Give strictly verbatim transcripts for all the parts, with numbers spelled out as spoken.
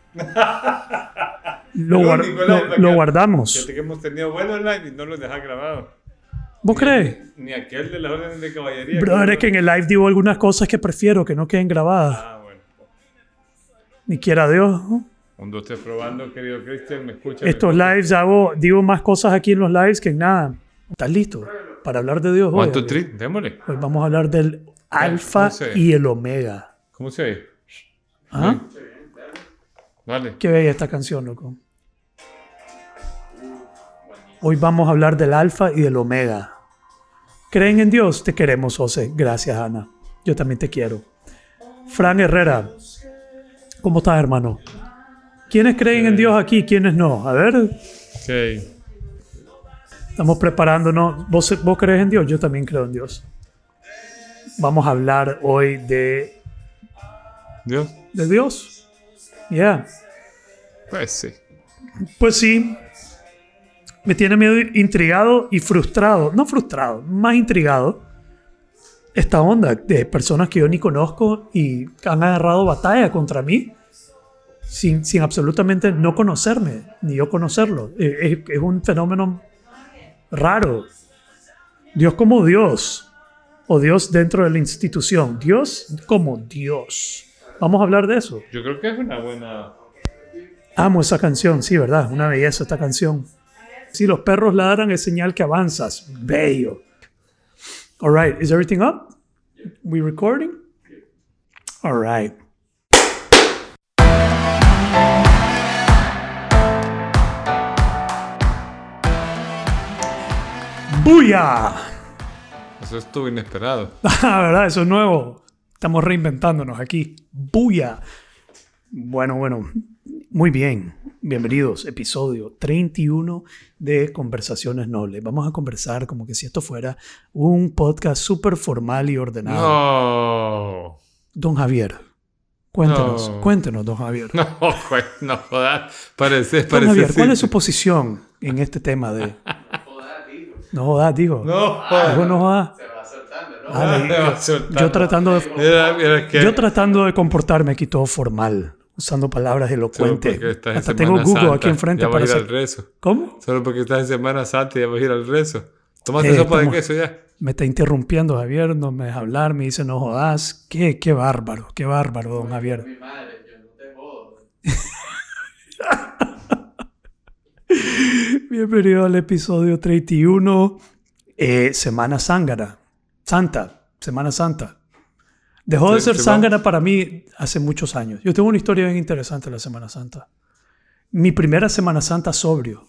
lo, guar- lo, lo guardamos. Fíjate que hemos tenido buenos live y no los dejas grabados. ¿Vos Ni, crees? Ni aquel de las órdenes de caballería. Brother, que es que en el live digo algunas cosas que prefiero que no queden grabadas. Ah, bueno. Ni quiera Dios, ¿no? Un, dos, tres, probando, querido Cristian, me escucha. Estos me lives hago, digo más cosas aquí en los lives que en nada. ¿Estás listo para hablar de Dios hoy? One, two, three, démosle. Hoy vamos a hablar del alfa se y el omega. ¿Cómo se oye? ¿Ah? Dale. Qué bella esta canción, loco. Hoy vamos a hablar del alfa y del omega. ¿Creen en Dios? Te queremos, José. Gracias, Ana. Yo también te quiero. Fran Herrera. ¿Cómo estás, hermano? ¿Quiénes creen en Dios aquí? ¿Quiénes no? A ver. Ok. Estamos preparándonos. ¿Vos, ¿Vos crees en Dios? Yo también creo en Dios. Vamos a hablar hoy de... ¿Dios? ¿De Dios? Ya. Yeah. Pues sí. Pues sí. Me tiene medio intrigado y frustrado. No frustrado, más intrigado. Esta onda de personas que yo ni conozco y han agarrado batalla contra mí sin, sin absolutamente no conocerme, ni yo conocerlo. Es, es un fenómeno raro. Dios como Dios. O Dios dentro de la institución. Dios como Dios. Vamos a hablar de eso. Yo creo que es una buena... Amo esa canción, sí, ¿verdad? Una belleza esta canción. Si los perros ladran es señal que avanzas. Bello. All right, is everything up? We recording? All right. ¡Buya! Eso estuvo inesperado. Ah, ¿verdad? Eso es nuevo. Estamos reinventándonos aquí. ¡Buya! Bueno, bueno. Muy bien. Bienvenidos. Episodio treinta y uno de Conversaciones Nobles. Vamos a conversar como que si esto fuera un podcast súper formal y ordenado. No. Don Javier, cuéntenos. No. Cuéntenos, don Javier. No, pues, no jodas. Parece, Don parece Javier, ¿cuál sí. es su posición en este tema de... No jodas, digo. No jodas. Digo, no jodas. Se va soltando, ¿no? Vale, Se va yo, soltando. yo tratando de... Mira, mira que... Yo tratando de comportarme aquí todo formal, usando palabras Solo elocuentes. porque estás en Hasta Semana tengo Google Santa, aquí enfrente ya vas para a ir hacer... al rezo. ¿Cómo? Solo porque estás en Semana Santa y ya vas a ir al rezo. Tómate Eh, sopa de estamos- queso ya. Me está interrumpiendo Javier, no me deja hablar, me dice no jodas. Qué, qué bárbaro, qué bárbaro, don Javier. Mi madre, yo no te jodo. Bienvenido al episodio treinta y uno. Eh, Semana Zángana. Santa. Semana Santa. Dejó de Sí, ser sí, zángana para mí hace muchos años. Yo tengo una historia bien interesante de la Semana Santa. Mi primera Semana Santa sobrio.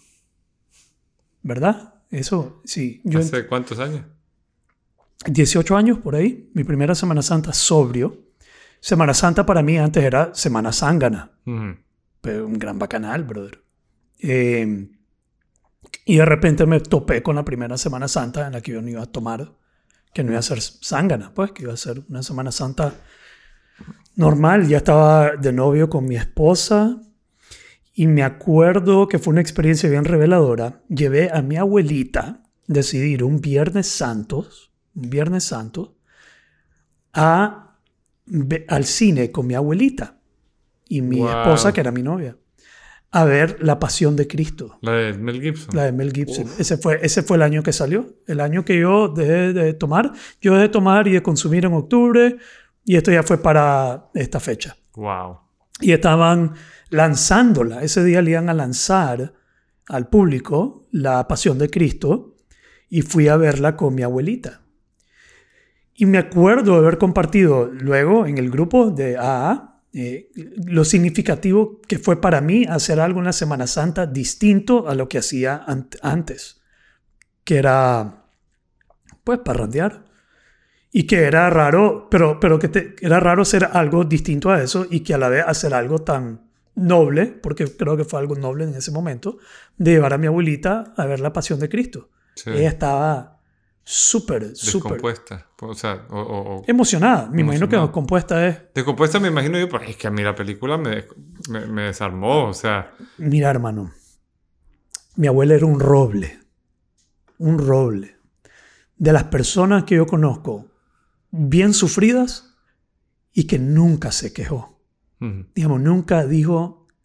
¿Verdad? Eso, sí. Yo ¿Hace cuántos años? dieciocho años por ahí. Mi primera Semana Santa sobrio. Semana Santa para mí antes era Semana Zángana. Ujú. Pero un gran bacanal, brother. Eh, y de repente me topé con la primera Semana Santa en la que yo no iba a tomar, que no iba a ser zángana, pues, que iba a ser una Semana Santa normal. Ya estaba de novio con mi esposa y me acuerdo que fue una experiencia bien reveladora. Llevé a mi abuelita, decidí ir un Viernes Santo, un Viernes Santo, a, ve- al cine con mi abuelita y mi Wow. esposa, que era mi novia, a ver La Pasión de Cristo, La de Mel Gibson. la de Mel Gibson. Ese fue, ese fue el año que salió, el año que yo dejé de tomar. Yo dejé de tomar y de consumir en octubre y esto ya fue para esta fecha. Wow. Y estaban lanzándola. Ese día le iban a lanzar al público La Pasión de Cristo y fui a verla con mi abuelita. Y me acuerdo de haber compartido luego en el grupo de A A eh, lo significativo que fue para mí hacer algo en la Semana Santa distinto a lo que hacía ant- antes, que era pues parrandear. Y que era raro, pero, pero que te- era raro hacer algo distinto a eso y que a la vez hacer algo tan noble, porque creo que fue algo noble en ese momento, de llevar a mi abuelita a ver La Pasión de Cristo. Sí. Ella estaba súper, súper Descompuesta. O sea, o, o- o- emocionada. Me imagino que Emocionada. compuesta es... Descompuesta me imagino yo, pero es que a mí la película me, des- me, me desarmó. O sea, Mira, hermano, mi abuela era un roble. Un roble. De las personas que yo conozco, bien sufridas y que nunca se quejó. ujú. Digamos, nunca dijo,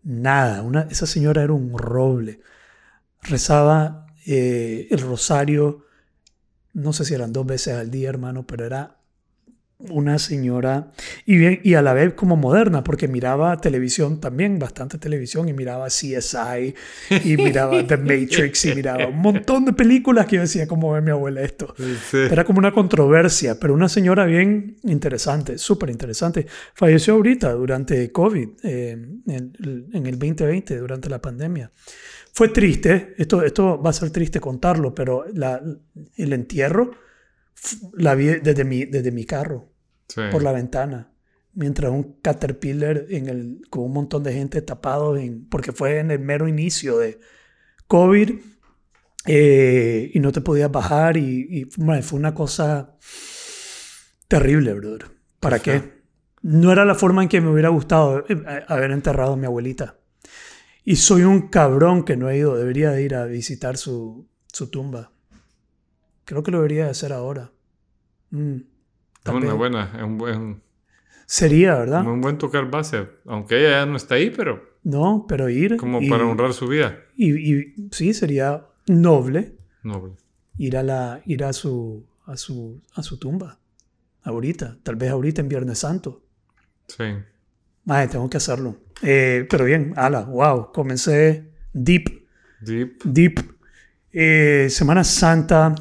Nada. Una, esa señora era un roble. Rezaba eh, el rosario, no sé si eran dos veces al día, hermano, pero era una señora, y, bien, y a la vez como moderna, porque miraba televisión también, bastante televisión, y miraba C S I, y miraba The Matrix, y miraba un montón de películas que yo decía, ¿cómo ve mi abuela esto? Sí. Era como una controversia, pero una señora bien interesante, súper interesante. Falleció ahorita durante COVID, eh, en, en el veinte veinte, durante la pandemia. Fue triste, esto, esto va a ser triste contarlo, pero la, el entierro la vi desde mi, desde mi carro, sí. Por la ventana, mientras un Caterpillar en el, con un montón de gente tapado, en, porque fue en el mero inicio de COVID, eh, y no te podías bajar, y, y bueno, fue una cosa terrible, brother. ¿Para sí. qué? No era la forma en que me hubiera gustado haber enterrado a mi abuelita. Y soy un cabrón que no he ido. Debería de ir a visitar su, su tumba. Creo que lo debería de hacer ahora. Mm, es una buena, es un buen... Sería, ¿verdad? Un buen tocar base. Aunque ella ya no está ahí, pero... No, pero ir... Como y, para honrar su vida. Y, y sí, sería noble. Noble. Ir a, la, ir a, su, a, su, a su tumba. Ahorita. Tal vez ahorita en Viernes Santo. Sí. Ay, tengo que hacerlo. Eh, pero bien, ala, wow. Comencé deep. Deep. Deep. Eh, Semana Santa...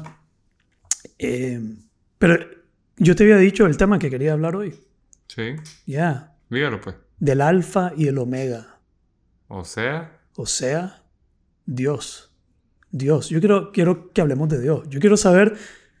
Eh, pero yo te había dicho el tema que quería hablar hoy. Sí. Ya. Yeah. Dígalo, pues. Del alfa y el omega. O sea. O sea, Dios. Dios. Yo quiero, quiero que hablemos de Dios. Yo quiero saber,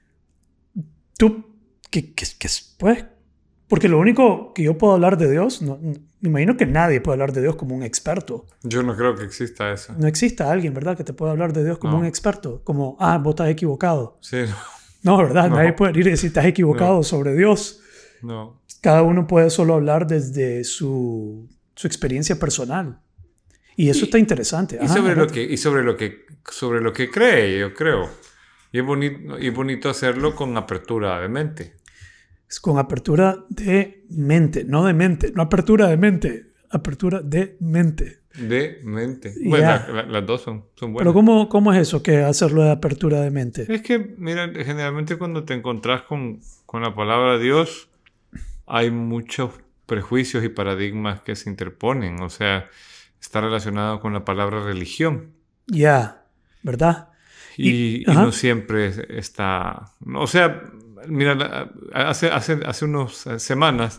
tú, ¿qué, qué, qué pues? Porque lo único que yo puedo hablar de Dios, no, no, me imagino que nadie puede hablar de Dios como un experto. Yo no creo que exista eso. No exista alguien, ¿verdad? Que te pueda hablar de Dios como no. un experto. Como, ah, vos estás equivocado. Sí, no. No, ¿verdad? No. Nadie puede ir y decir, estás equivocado no. sobre Dios. No. Cada uno puede solo hablar desde su, su experiencia personal. Y eso y, está interesante. Y, Ajá, sobre lo que, y sobre lo que sobre lo que cree, yo creo. Y es bonito, y bonito hacerlo con apertura de mente. Es con apertura de mente, no de mente. No apertura de mente, apertura de mente. De mente. Bueno, yeah. la, la, las dos son, son buenas. Pero ¿cómo, ¿cómo es eso, que hacerlo de apertura de mente? Es que, mira, generalmente cuando te encontrás con, con la palabra Dios, hay muchos prejuicios y paradigmas que se interponen. O sea, está relacionado con la palabra religión. Ya, yeah, ¿verdad? Y, y, y no siempre está... O sea, mira, hace, hace, hace unas semanas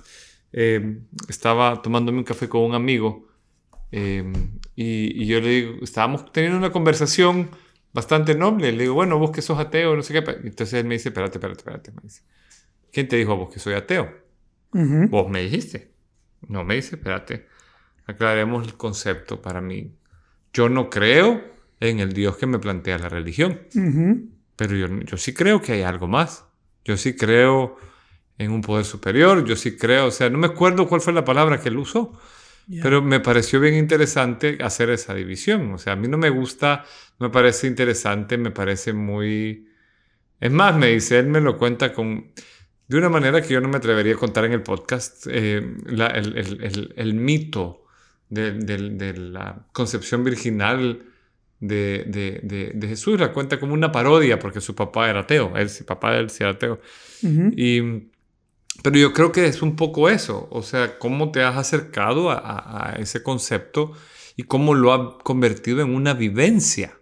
eh, estaba tomándome un café con un amigo. Eh, y, y yo le digo, estábamos teniendo una conversación bastante noble. Le digo, bueno, vos que sos ateo, no sé qué. Entonces él me dice, espérate, espérate, espérate. Me dice, ¿quién te dijo a vos que soy ateo? Uh-huh. Vos me dijiste. No, me dice, espérate. Aclaremos el concepto para mí. Yo no creo en el Dios que me plantea la religión. Uh-huh. Pero yo, yo sí creo que hay algo más. Yo sí creo en un poder superior. Yo sí creo, o sea, no me acuerdo cuál fue la palabra que él usó. Yeah. Pero me pareció bien interesante hacer esa división. O sea, a mí no me gusta, me parece interesante, me parece muy... Es más, me dice, él me lo cuenta con... de una manera que yo no me atrevería a contar en el podcast, eh, la, el, el, el, el mito de, de, de la concepción virginal de, de, de, de Jesús. La cuenta como una parodia porque su papá era ateo. Él, su papá de él sí era ateo. Uh-huh. Y... Pero yo creo que es un poco eso, o sea, cómo te has acercado a, a, a ese concepto y cómo lo has convertido en una vivencia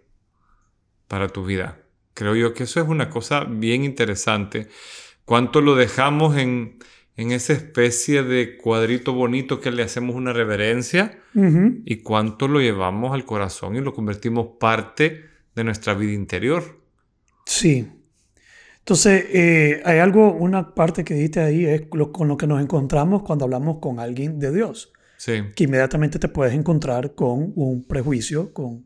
para tu vida. Creo yo que eso es una cosa bien interesante. Cuánto lo dejamos en, en esa especie de cuadrito bonito que le hacemos una reverencia, uh-huh, y cuánto lo llevamos al corazón y lo convertimos parte de nuestra vida interior. Sí. Entonces, eh, hay algo, una parte que dijiste ahí es lo, con lo que nos encontramos cuando hablamos con alguien de Dios. Sí. Que inmediatamente te puedes encontrar con un prejuicio, con,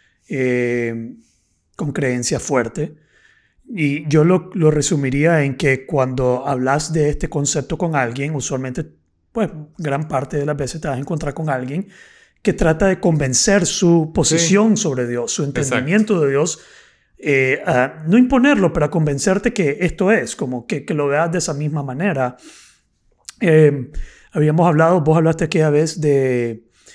eh, con creencia fuerte. Y yo lo, lo resumiría en que cuando hablas de este concepto con alguien, usualmente, pues, gran parte de las veces te vas a encontrar con alguien que trata de convencer su posición, sí, sobre Dios, su entendimiento, exacto, de Dios. Eh, a no imponerlo, pero a convencerte que esto es, como que, que lo veas de esa misma manera. Eh, habíamos hablado, vos hablaste aquella vez de,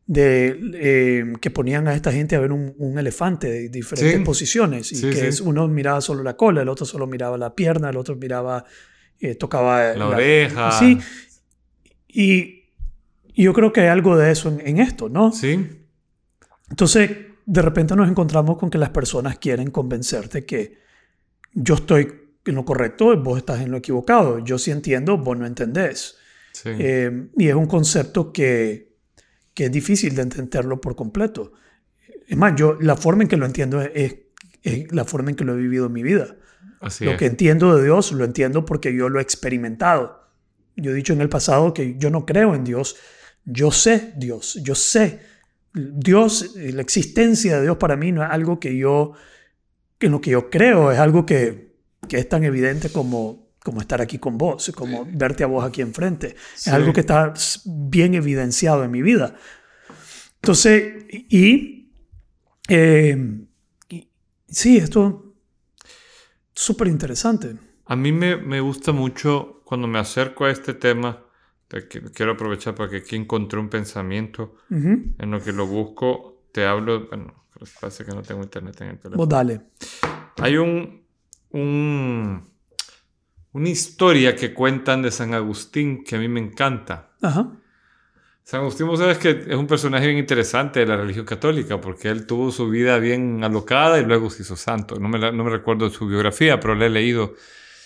de eh, que ponían a esta gente a ver un, un elefante de diferentes Sí. posiciones y Sí, que sí. es- uno miraba solo la cola, el otro solo miraba la pierna, el otro miraba, eh, tocaba La oreja. Sí, y, y yo creo que hay algo de eso en, en esto, ¿no? Sí. Entonces, de repente nos encontramos con que las personas quieren convencerte que yo estoy en lo correcto, vos estás en lo equivocado. Yo sí entiendo, vos no entendés. Sí. Eh, y es un concepto que, que es difícil de entenderlo por completo. Es más, yo la forma en que lo entiendo es, es, es la forma en que lo he vivido en mi vida. Así Lo es. que entiendo de Dios lo entiendo porque yo lo he experimentado. Yo he dicho en el pasado que yo no creo en Dios. Yo sé Dios. Yo sé Dios, la existencia de Dios para mí no es algo que yo, en lo que yo creo, es algo que, que es tan evidente como, como estar aquí con vos, como verte a vos aquí enfrente. Sí. Es algo que está bien evidenciado en mi vida. Entonces, y, eh, y sí, esto es súper interesante. A mí me, me gusta mucho cuando me acerco a este tema. Te qu- quiero aprovechar para que aquí encontré un pensamiento Uh-huh. en lo que lo busco. Te hablo. Bueno, pero parece que no tengo internet en el teléfono. Vos dale. Hay un, un, una historia que cuentan de San Agustín que a mí me encanta. Ajá. San Agustín, vos sabes que es un personaje bien interesante de la religión católica porque él tuvo su vida bien alocada y luego se hizo santo. No me, la- no me recuerdo su biografía, pero la he leído.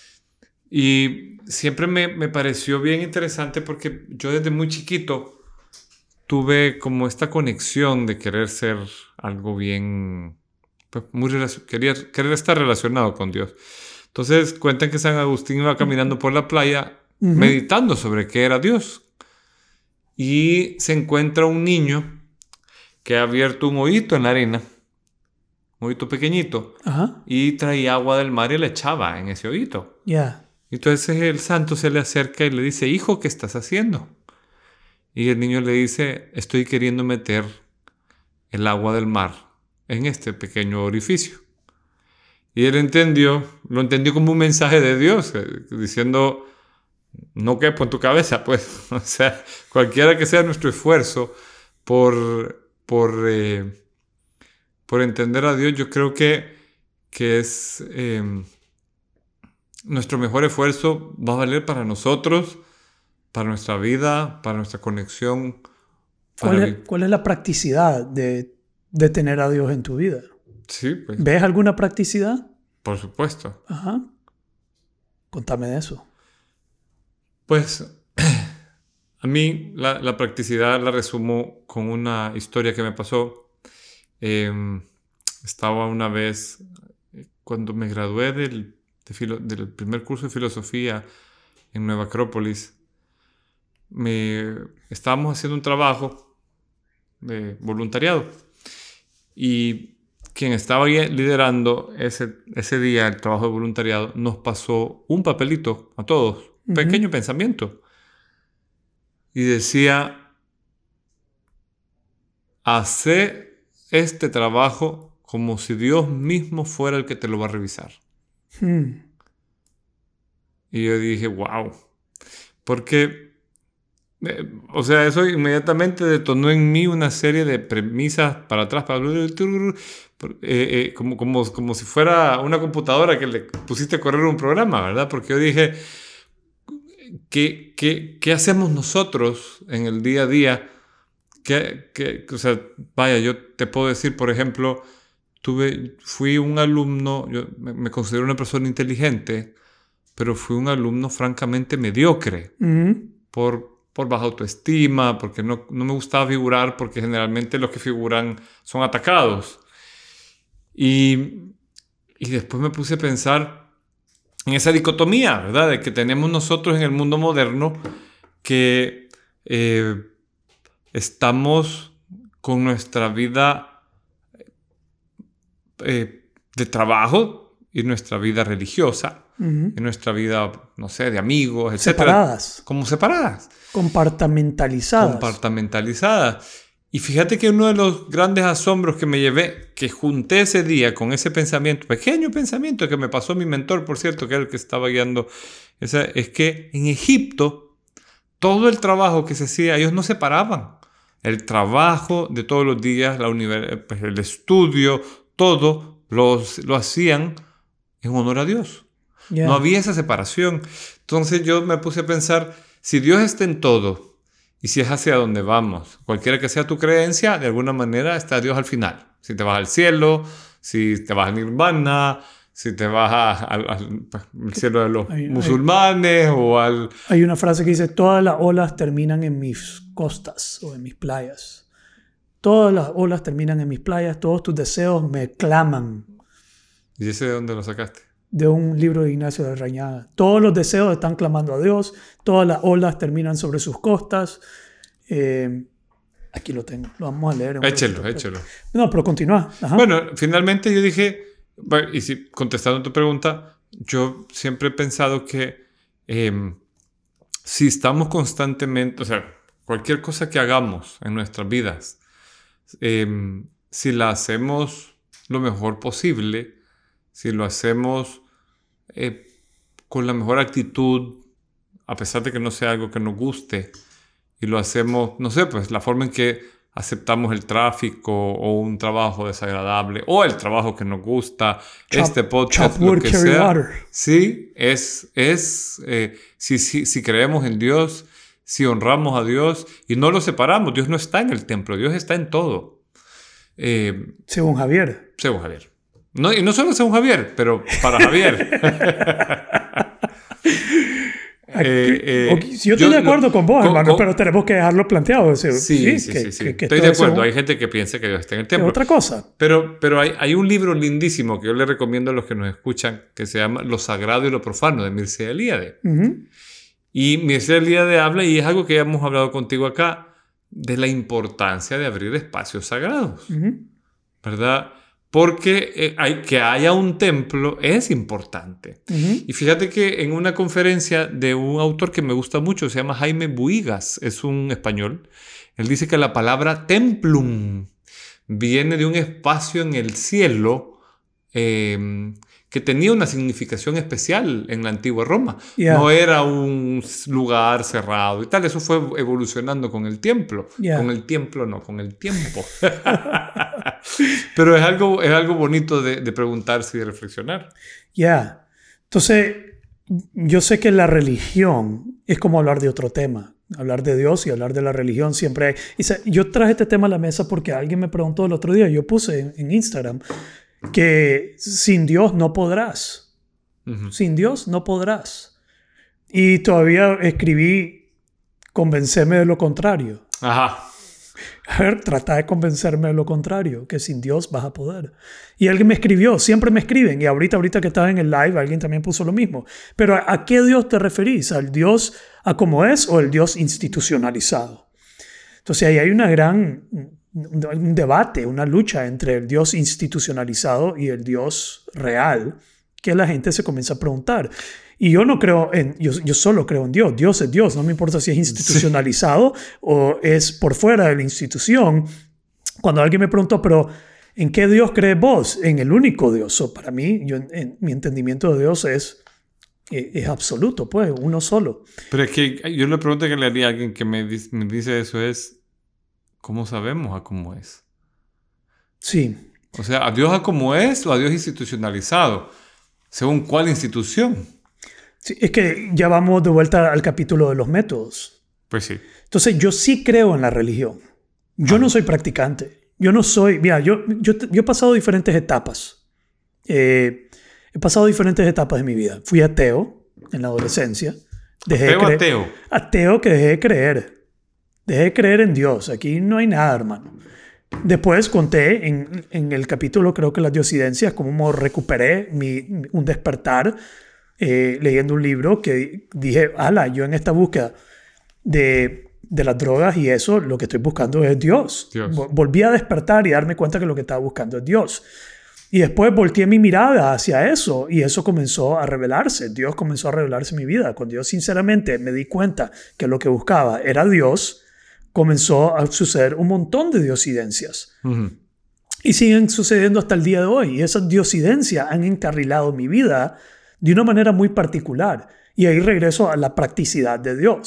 Y siempre me, me pareció bien interesante porque yo desde muy chiquito tuve como esta conexión de querer ser algo bien, pues, muy relacion- quería, querer estar relacionado con Dios. Entonces cuentan que San Agustín iba caminando por la playa Ujú. meditando sobre qué era Dios. Y se encuentra un niño que ha abierto un hoyito en la arena, un hoyito pequeñito, Ajá. y traía agua del mar y le echaba en ese hoyito. Ya. Entonces el santo se le acerca y le dice, hijo, ¿qué estás haciendo? Y el niño le dice, estoy queriendo meter el agua del mar en este pequeño orificio. Y él entendió, lo entendió como un mensaje de Dios, eh, diciendo, no quepo en tu cabeza, pues. O sea, cualquiera que sea nuestro esfuerzo por, por, eh, por entender a Dios, yo creo que, que es... Eh, nuestro mejor esfuerzo va a valer para nosotros, para nuestra vida, para nuestra conexión. Para ¿Cuál es, vi- cuál es la practicidad de, de tener a Dios en tu vida? Sí, pues, ¿Ves alguna practicidad? por supuesto. Ajá. Contame de eso. Pues a mí la, la practicidad la resumo con una historia que me pasó. Eh, estaba una vez, eh, cuando me gradué del, de filo- del primer curso de filosofía en Nueva Acrópolis, me, estábamos haciendo un trabajo de voluntariado y quien estaba ahí liderando ese, ese día el trabajo de voluntariado nos pasó un papelito a todos, un Ujú. pequeño pensamiento, y decía, hace este trabajo como si Dios mismo fuera el que te lo va a revisar. Hmm. Y yo dije, wow, porque, eh, o sea, eso inmediatamente detonó en mí una serie de premisas para atrás, para, eh, eh, como, como, como si fuera una computadora que le pusiste a correr un programa, ¿verdad? Porque yo dije, ¿qué, qué, qué hacemos nosotros en el día a día? ¿Qué, qué, o sea, vaya, yo te puedo decir, por ejemplo, tuve, fui un alumno, yo me, me considero una persona inteligente, pero fui un alumno francamente mediocre Ujú. por, por baja autoestima, porque no, no me gustaba figurar, porque generalmente los que figuran son atacados. Y, y después me puse a pensar en esa dicotomía, ¿verdad? De que tenemos nosotros en el mundo moderno que eh, estamos con nuestra vida eh, de trabajo y nuestra vida religiosa, Ujú. en nuestra vida, no sé, de amigos, etcétera. Separadas. Como separadas, Compartamentalizadas. compartamentalizadas. Y fíjate que uno de los grandes asombros que me llevé, que junté ese día con ese pensamiento, pequeño pensamiento que me pasó mi mentor, por cierto, que era el que estaba guiando, esa, es que en Egipto todo el trabajo que se hacía, ellos no se paraban. el trabajo de todos los días, la univers- pues, el estudio, todo los, lo hacían en honor a Dios. Yeah. No había esa separación. Entonces yo me puse a pensar, si Dios está en todo y si es hacia donde vamos, cualquiera que sea tu creencia, de alguna manera está Dios al final. Si te vas al cielo, si te vas al nirvana, si te vas a- al, al- al cielo de los Hay- musulmanes o al... Hay una frase que dice, todas las olas terminan en mis costas o en mis playas. Todas las olas terminan en mis playas, todos tus deseos me claman. ¿Y ese de dónde lo sacaste? De un libro de Ignacio de Rañaga. Todos los deseos están clamando a Dios, todas las olas terminan sobre sus costas. Eh, aquí lo tengo, lo vamos a leer. en un Échelo, ratito. échelo. No, pero continúa. Ajá. Bueno, finalmente yo dije, bueno, y si, contestando tu pregunta, yo siempre he pensado que eh, si estamos constantemente, o sea, cualquier cosa que hagamos en nuestras vidas, eh, si la hacemos lo mejor posible, si lo hacemos eh, con la mejor actitud, a pesar de que no sea algo que nos guste, y lo hacemos, no sé, pues la forma en que aceptamos el tráfico o un trabajo desagradable o el trabajo que nos gusta, Chop- este podcast, chop wood, lo que carry sea. water. Sí, es, es eh, si, si, si creemos en Dios, si honramos a Dios y no lo separamos, Dios no está en el templo, Dios está en todo. Eh, Según Javier. según Javier. No, y no solo según Javier, pero para Javier. Eh, eh, Ok, yo estoy de acuerdo lo- con vos, con- hermano, con- pero tenemos que dejarlo planteado. Es decir, Sí, sí, que- sí. sí. que- que Estoy esto de es acuerdo. un- Hay gente que piensa que Dios está en el es templo. otra cosa. Pero, pero hay, hay un libro lindísimo que yo le recomiendo a los que nos escuchan que se llama Lo Sagrado y lo Profano de Mircea Eliade. Ujú. Y Mircea Eliade habla, y es algo que ya hemos hablado contigo acá, de la importancia de abrir espacios sagrados, Ujú. ¿verdad? Porque eh, hay, que haya un templo es importante. Ujú. Y fíjate que en una conferencia de un autor que me gusta mucho, se llama Jaime Buigas, es un español, él dice que la palabra templum viene de un espacio en el cielo eh, que tenía una significación especial en la antigua Roma. Yeah. No era un lugar cerrado y tal, eso fue evolucionando con el templo. Yeah. Con el templo no, con el tiempo. Pero es algo, es algo bonito de, de preguntarse y de reflexionar. Ya. Entonces, yo sé que la religión es como hablar de otro tema. Hablar de Dios y hablar de la religión siempre hay. Y se- yo traje este tema a la mesa porque alguien me preguntó el otro día, yo puse en, en Instagram, que sin Dios no podrás. Ujú. Sin Dios no podrás. Y todavía escribí, convencerme de lo contrario. Ajá. A ver, trata de convencerme de lo contrario, que sin Dios vas a poder. Y alguien me escribió, siempre me escriben, y ahorita, ahorita que estaba en el live, alguien también puso lo mismo. Pero ¿a, a qué Dios te referís? ¿Al Dios a como es o el Dios institucionalizado? Entonces ahí hay una gran, un debate, una lucha entre el Dios institucionalizado y el Dios real, que la gente se comienza a preguntar. Y yo no creo en, yo, yo solo creo en Dios. Dios es Dios, no me importa si es institucionalizado sí. o es por fuera de la institución. Cuando alguien me preguntó, pero ¿en qué Dios crees vos? En el único Dios. So, para mí, yo, en, mi entendimiento de Dios es, es, es absoluto, pues, uno solo. Pero es que yo la pregunta que le haría a alguien que me dice, me dice eso es, ¿cómo sabemos a cómo es? Sí. O sea, ¿a Dios a cómo es o a Dios institucionalizado? ¿Según cuál institución? Sí, es que ya vamos de vuelta al capítulo de los métodos. Pues sí. Entonces, yo sí creo en la religión. Yo ah. no soy practicante. Yo no soy... Mira, yo, yo, yo he pasado diferentes etapas. Eh, he pasado diferentes etapas de mi vida. Fui ateo en la adolescencia. Dejé ¿Ateo, de ateo? Ateo que dejé de creer. Dejé de creer en Dios. Aquí no hay nada, hermano. Después conté en, en el capítulo, creo que las diosidencias, cómo recuperé mi, un despertar eh, leyendo un libro que dije, ala, yo en esta búsqueda de, de las drogas y eso, lo que estoy buscando es Dios. Dios. Volví a despertar y darme cuenta que lo que estaba buscando es Dios. Y después volteé mi mirada hacia eso y eso comenzó a revelarse. Dios comenzó a revelarse en mi vida. Cuando yo sinceramente me di cuenta que lo que buscaba era Dios, comenzó a suceder un montón de diosidencias. Uh-huh. Y siguen sucediendo hasta el día de hoy. Y esas diosidencias han encarrilado mi vida de una manera muy particular. Y ahí regreso a la practicidad de Dios.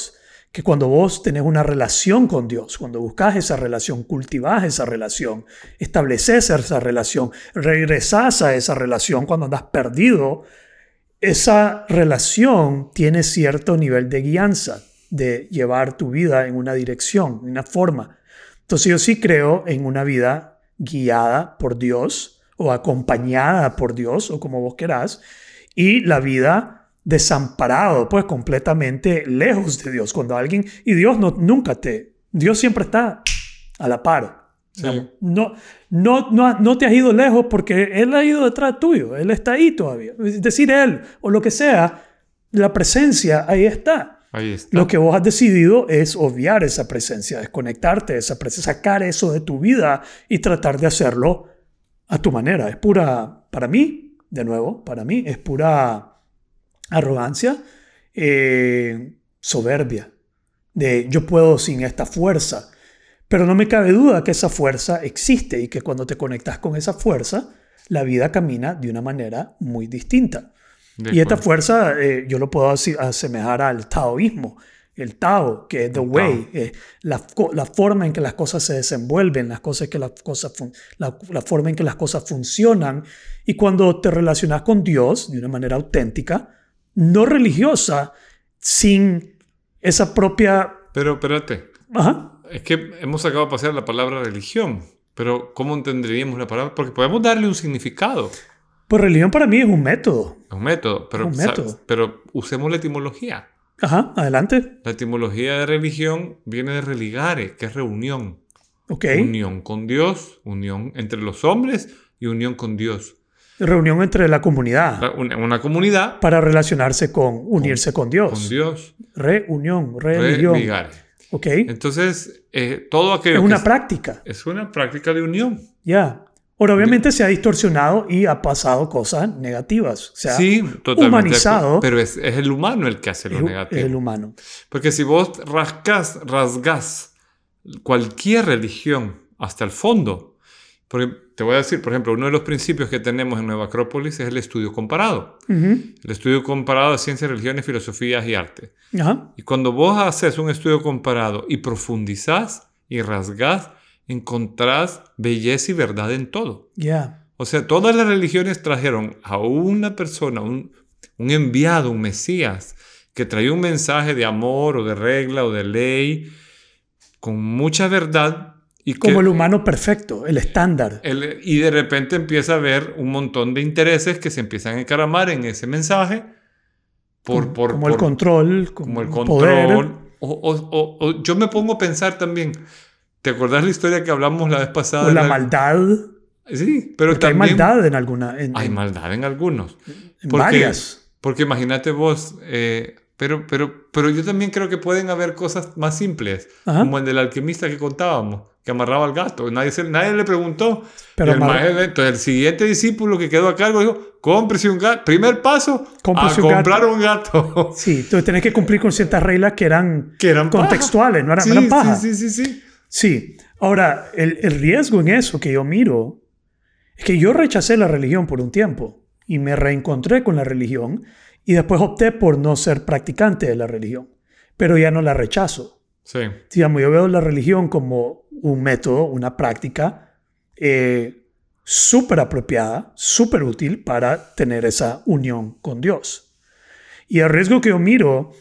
que cuando vos tenés una relación con Dios, cuando buscás esa relación, cultivás esa relación, estableces esa relación, regresás a esa relación cuando andas perdido, esa relación tiene cierto nivel de guianza, de llevar tu vida en una dirección, en una forma. Entonces yo sí creo en una vida guiada por Dios o acompañada por Dios o como vos querás, y la vida desamparado, pues completamente lejos de Dios. Cuando alguien, y Dios no, nunca te, Dios siempre está a la par. Sí. No, no, no, no te has ido lejos porque Él ha ido detrás tuyo, Él está ahí todavía. Es decir, Él o lo que sea, la presencia ahí está. Ahí está. Lo que vos has decidido es obviar esa presencia, desconectarte de esa presencia, sacar eso de tu vida y tratar de hacerlo a tu manera. Es pura, para mí, de nuevo, para mí, es pura arrogancia, eh, soberbia, de yo puedo sin esta fuerza. Pero no me cabe duda que esa fuerza existe y que cuando te conectas con esa fuerza, la vida camina de una manera muy distinta. De y esta acuerdo. fuerza eh, yo lo puedo asi- asemejar al taoísmo. El Tao, que es the El way, Tao. eh, la, co- la forma en que las cosas se desenvuelven, las cosas que las cosas fun- la, la forma en que las cosas funcionan. Y cuando te relacionas con Dios de una manera auténtica, no religiosa, sin esa propia... Pero espérate, Ajá. es que hemos sacado a pasear la palabra religión, pero ¿cómo entenderíamos la palabra? Porque podemos darle un significado, Pues religión para mí es un método. un método, pero, Un sa- método. pero usemos la etimología. Ajá, adelante. La etimología de religión viene de religare, que es reunión. Ok. Unión con Dios, unión entre los hombres y unión con Dios. Reunión entre la comunidad La- Una, una comunidad para relacionarse con, unirse con, Dios. con Dios. Reunión, religión. Religare. Ok. Entonces, eh, todo aquello Es una que práctica. es una práctica de unión. Ya. Ahora, obviamente se ha distorsionado y ha pasado cosas negativas. Se ha Sí, totalmente. humanizado. Pero es, es el humano el que hace lo es, negativo. es el humano. Porque si vos rascas, rasgas cualquier religión hasta el fondo, porque te voy a decir, por ejemplo, uno de los principios que tenemos en Nueva Acrópolis es el estudio comparado. Ujú. El estudio comparado de ciencias, religiones, filosofías y arte. Ajá. Y cuando vos haces un estudio comparado y profundizás y rasgás, encontrás belleza y verdad en todo. Ya. O sea, todas las religiones trajeron a una persona, un, un enviado, un Mesías, que traía un mensaje de amor o de regla o de ley con mucha verdad. Y Como que el humano perfecto, el estándar. el- y de repente empieza a haber un montón de intereses que se empiezan a encaramar en ese mensaje por, como por, como por- el control, como, como el el poder. control. O, o- o- o yo me pongo a pensar también, ¿te acordás la historia que hablamos la vez pasada? O de la maldad. Sí, pero Porque hay también maldad en alguna. En, hay en- maldad en algunos. en Porque- varias. Porque imagínate vos, eh, pero, pero, pero yo también creo que pueden haber cosas más simples, Ajá. como el del alquimista que contábamos, que amarraba al gato. Nadie, se- nadie le preguntó. Pero Y el, amar- maestro- entonces, el siguiente discípulo que quedó a cargo dijo, cómprese un gato. Primer paso, Cómprese a un comprar gato. un gato. Sí, entonces tenés que cumplir con ciertas reglas que eran, Que eran paja. contextuales, no eran, Sí, no eran paja. sí, sí, sí, sí. Sí. Ahora, el, el riesgo en eso que yo miro es que yo rechacé la religión por un tiempo y me reencontré con la religión y después opté por no ser practicante de la religión, pero ya no la rechazo. Sí. Digamos, yo veo la religión como un método, una práctica eh, súper apropiada, súper útil para tener esa unión con Dios. Y el riesgo que yo miro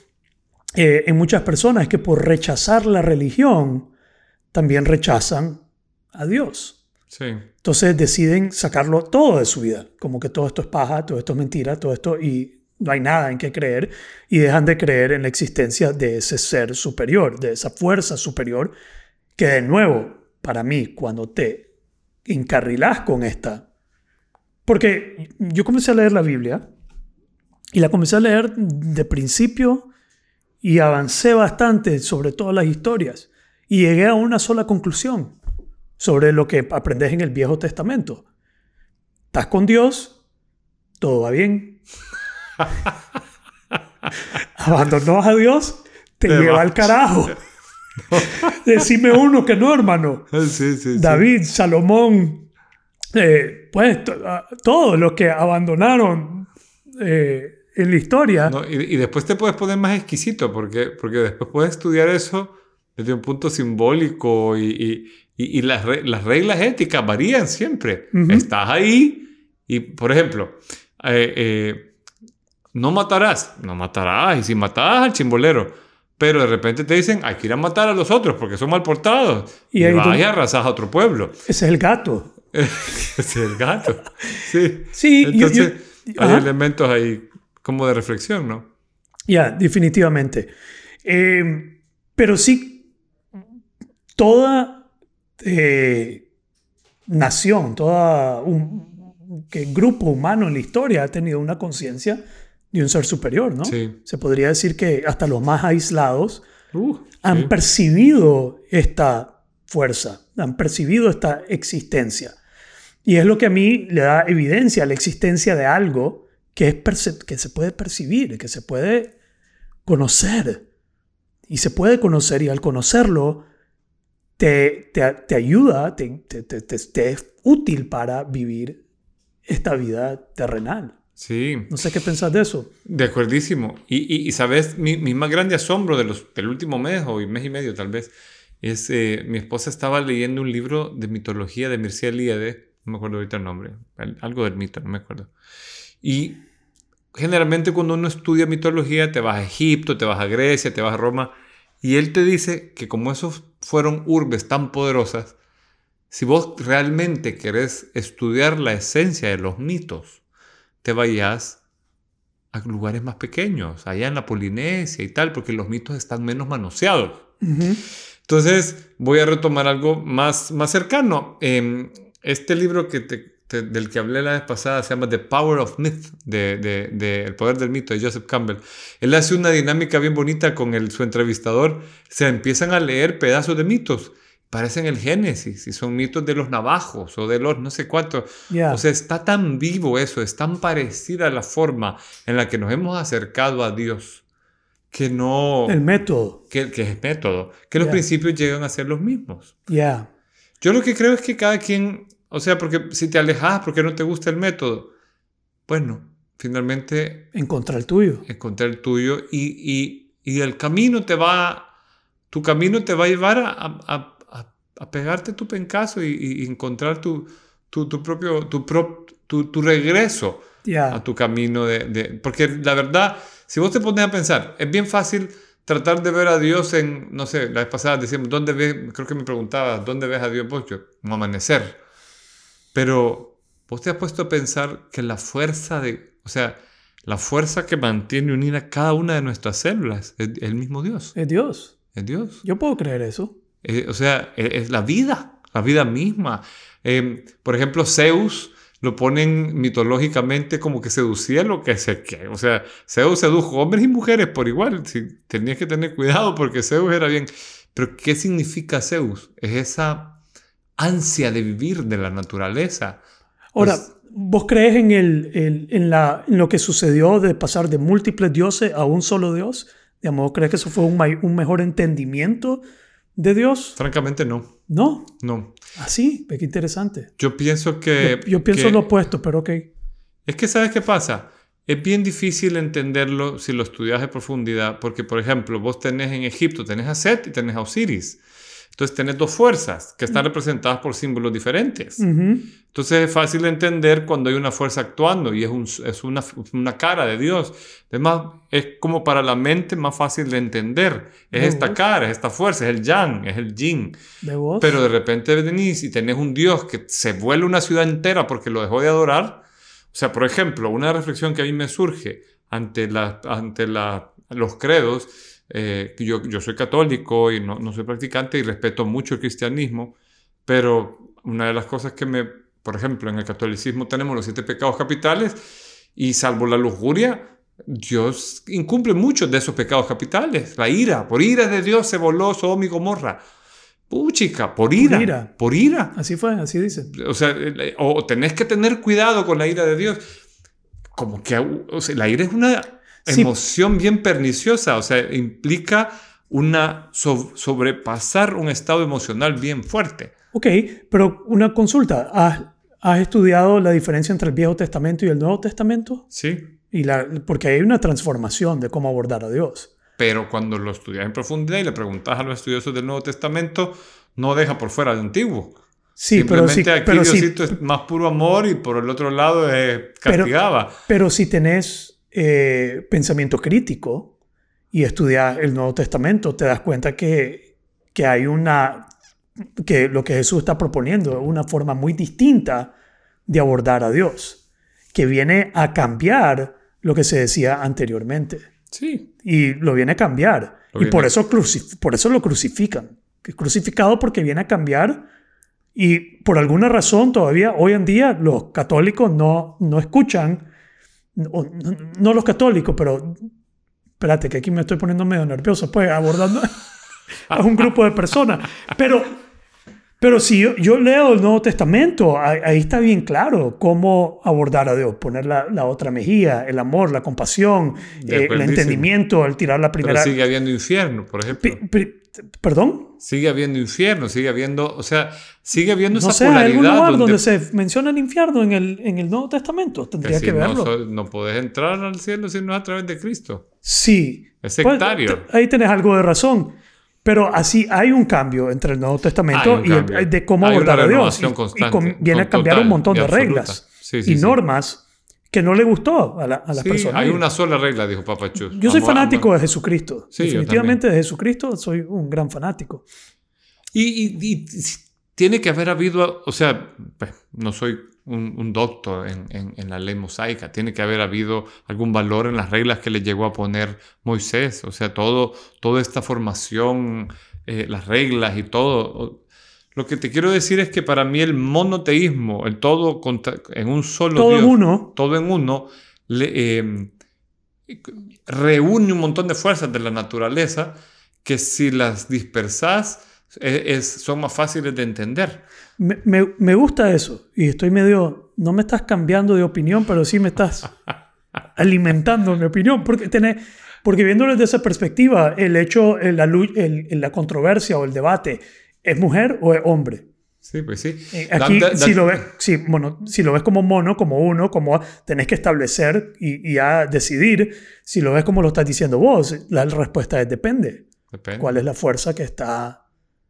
eh, en muchas personas es que por rechazar la religión también rechazan a Dios. Sí. Entonces deciden sacarlo todo de su vida, como que todo esto es paja, todo esto es mentira, todo esto y no hay nada en qué creer y dejan de creer en la existencia de ese ser superior, de esa fuerza superior que de nuevo, para mí, cuando te encarrilás con esta, porque yo comencé a leer la Biblia y la comencé a leer de principio y avancé bastante sobre todas las historias y llegué a una sola conclusión sobre lo que aprendes en el Viejo Testamento. Estás con Dios, todo va bien. Abandonás a Dios, te, Te lleva vas. al carajo. Decime uno que no, hermano. Sí, sí, sí. David, Salomón, eh, pues to- a- todos los que abandonaron eh, en la historia. No, y, y después te puedes poner más exquisito, porque, porque después puedes estudiar eso desde un punto simbólico y, y, y, y las, re, las reglas éticas varían siempre. Uh-huh. Estás ahí y, por ejemplo, eh, eh, no matarás, no matarás, y si matas al chimbolero, pero de repente te dicen, hay que ir a matar a los otros porque son mal portados, y, y vas y arrasas a otro pueblo. Ese es el gato. Ese es el gato. Sí, sí. Entonces, yo, yo, hay ajá. elementos ahí como de reflexión, ¿no? Ya, yeah, definitivamente. Eh, pero sí, toda eh, nación, todo un que grupo humano en la historia ha tenido una conciencia de un ser superior, ¿no? Sí. Se podría decir que hasta los más aislados uh, han sí. percibido esta fuerza, han percibido esta existencia. Y es lo que a mí le da evidencia a la existencia de algo que, es perce- que se puede percibir, que se puede conocer. Y se puede conocer, y al conocerlo te, te, te ayuda, te, te, te, te, te es útil para vivir esta vida terrenal. Sí. No sé qué pensás de eso. De acuerdísimo. Y, y, y sabes, mi, mi más grande asombro de los, del último mes o mes y medio tal vez, es eh, mi esposa estaba leyendo un libro de mitología de Mircea Eliade, no me acuerdo ahorita el nombre, algo del mito, no me acuerdo. Y generalmente cuando uno estudia mitología te vas a Egipto, te vas a Grecia, te vas a Roma, y él te dice que como esos fueron urbes tan poderosas, si vos realmente querés estudiar la esencia de los mitos, te vayas a lugares más pequeños, allá en la Polinesia y tal, porque los mitos están menos manoseados. Uh-huh. Entonces, voy a retomar algo más, más cercano. Eh, este libro que te, te, del que hablé la vez pasada se llama The Power of Myth, de, de, de El Poder del Mito, de Joseph Campbell. Él hace una dinámica bien bonita con el, su entrevistador. Se empiezan a leer pedazos de mitos. Parecen el Génesis, y son mitos de los navajos o de los no sé cuántos. Yeah. O sea, está tan vivo eso, es tan parecida la forma en la que nos hemos acercado a Dios, que no... El método. Que, que es método, que los Yeah. principios llegan a ser los mismos. Yeah. Yo lo que creo es que cada quien, o sea, porque si te alejas porque no te gusta el método, bueno, finalmente... Encontrar el tuyo. Encontrar el tuyo y, y, y el camino te va... Tu camino te va a llevar a... a a pegarte tu pencazo y, y encontrar tu, tu, tu propio, tu, pro, tu, tu regreso yeah. a tu camino. De, de, porque la verdad, si vos te pones a pensar, es bien fácil tratar de ver a Dios en, no sé, la vez pasada decíamos, ¿dónde ves? Creo que me preguntabas, ¿dónde ves a Dios vos? Yo, un amanecer. Pero vos te has puesto a pensar que la fuerza de, o sea, la fuerza que mantiene unida cada una de nuestras células es el mismo Dios. Es Dios. Es Dios. Yo puedo creer eso. Eh, o sea, es, es la vida, la vida misma. Eh, por ejemplo, Zeus lo ponen mitológicamente como que seducía lo que se quiere. O sea, Zeus sedujo hombres y mujeres por igual. Si, tenías que tener cuidado porque Zeus era bien. Pero ¿qué significa Zeus? Es esa ansia de vivir de la naturaleza. Ahora, pues, ¿vos crees en, el, el, en, la, en lo que sucedió de pasar de múltiples dioses a un solo Dios? Digamos, ¿vos crees que eso fue un, un mejor entendimiento de Dios? Francamente, no. ¿No? No. Ah, sí, qué interesante. Yo pienso que... Yo, yo pienso que, lo opuesto, pero ok. Es que, ¿sabes qué pasa? Es bien difícil entenderlo si lo estudias en profundidad, porque, por ejemplo, vos tenés en Egipto, tenés a Set y tenés a Osiris. Entonces, tenés dos fuerzas que están representadas por símbolos diferentes. Uh-huh. Entonces, es fácil entender cuando hay una fuerza actuando y es, un, es una, una cara de Dios. Además, es como para la mente más fácil de entender. Es ¿De esta vos? cara, es esta fuerza, es el yang, es el yin. ¿De vos? Pero de repente venís y tenés un Dios que se vuelve una ciudad entera porque lo dejó de adorar. O sea, por ejemplo, una reflexión que a mí me surge ante, la, ante la, los credos. Eh, yo, yo soy católico y no, no soy practicante y respeto mucho el cristianismo, pero una de las cosas que me, por ejemplo, en el catolicismo tenemos los siete pecados capitales y salvo la lujuria, Dios incumple muchos de esos pecados capitales. La ira, por ira de Dios se voló Sodoma y Gomorra. Puchica, por ira, Por ira. por ira. Así fue, así dice. O sea, o tenés que tener cuidado con la ira de Dios. Como que, o sea, la ira es una Sí. emoción bien perniciosa, o sea, implica una so- sobrepasar un estado emocional bien fuerte. Ok, pero una consulta. ¿Has, has estudiado la diferencia entre el Viejo Testamento y el Nuevo Testamento? Sí. Y la, porque hay una transformación de cómo abordar a Dios. Pero cuando lo estudias en profundidad y le preguntas a los estudiosos del Nuevo Testamento, no deja por fuera el Antiguo. Sí, pero Simplemente sí, aquí pero Diosito sí, es más puro amor y por el otro lado eh, castigaba. Pero, pero si tenés eh, pensamiento crítico y estudias el Nuevo Testamento, te das cuenta que, que hay una... que lo que Jesús está proponiendo es una forma muy distinta de abordar a Dios, que viene a cambiar lo que se decía anteriormente. Sí. Y lo viene a cambiar. Lo y viene. por eso, crucif- por eso lo crucifican. Que es crucificado porque viene a cambiar. Y por alguna razón todavía hoy en día los católicos no, no escuchan, no, no, no los católicos, pero espérate que aquí me estoy poniendo medio nervioso, pues abordando a un grupo de personas. Pero, pero si yo, yo leo el Nuevo Testamento, ahí, ahí está bien claro cómo abordar a Dios, poner la, la otra mejilla, el amor, la compasión, eh, el entendimiento, el tirar la primera... Pero sigue habiendo infierno, por ejemplo. Pi- pi- ¿Perdón? Sigue habiendo infierno, sigue habiendo, o sea, sigue habiendo No esa sé, ¿hay polaridad. algún lugar donde, donde se menciona el infierno en el, en el Nuevo Testamento? Tendría que, que si verlo. No, so- no puedes entrar al cielo si no es a través de Cristo. Sí. Es sectario. Pues, ahí tenés algo de razón. Pero así hay un cambio entre el Nuevo Testamento Hay un y el- cambio. de cómo Hay abordar una a Dios. renovación Y, constante, y com- viene con- a cambiar total un montón y de absoluta. reglas Sí, sí, y sí. normas que no le gustó a, la, a las Sí, personas. hay una sola regla, dijo Papa Chus. Yo soy Amor, fanático amor. de Jesucristo. Sí, yo Definitivamente de Jesucristo soy un gran fanático. Y, y- y tiene que haber habido, o sea, pues, no soy un, un doctor en, en- en la ley mosaica, tiene que haber habido algún valor en las reglas que le llegó a poner Moisés, o sea, todo, toda esta formación, eh, las reglas y todo. Lo que te quiero decir es que para mí el monoteísmo, el todo contra- en un solo Todo Dios, en uno. todo en uno, le, eh, reúne un montón de fuerzas de la naturaleza que si las dispersas es, es- son más fáciles de entender. Me, me, me gusta eso. Y estoy medio... No me estás cambiando de opinión, pero sí me estás alimentando mi opinión. Porque, tenés, porque viéndolo desde esa perspectiva, el hecho, el- la, lu- el- el- la controversia o el debate, ¿es mujer o es hombre? Sí, pues sí. Eh, Aquí, Da- da- si, da- lo ves, si, bueno, si lo ves como mono, como uno, como tenés que establecer y, y ya decidir, si lo ves como lo estás diciendo vos, la respuesta es depende. Depende. ¿Cuál es la fuerza que está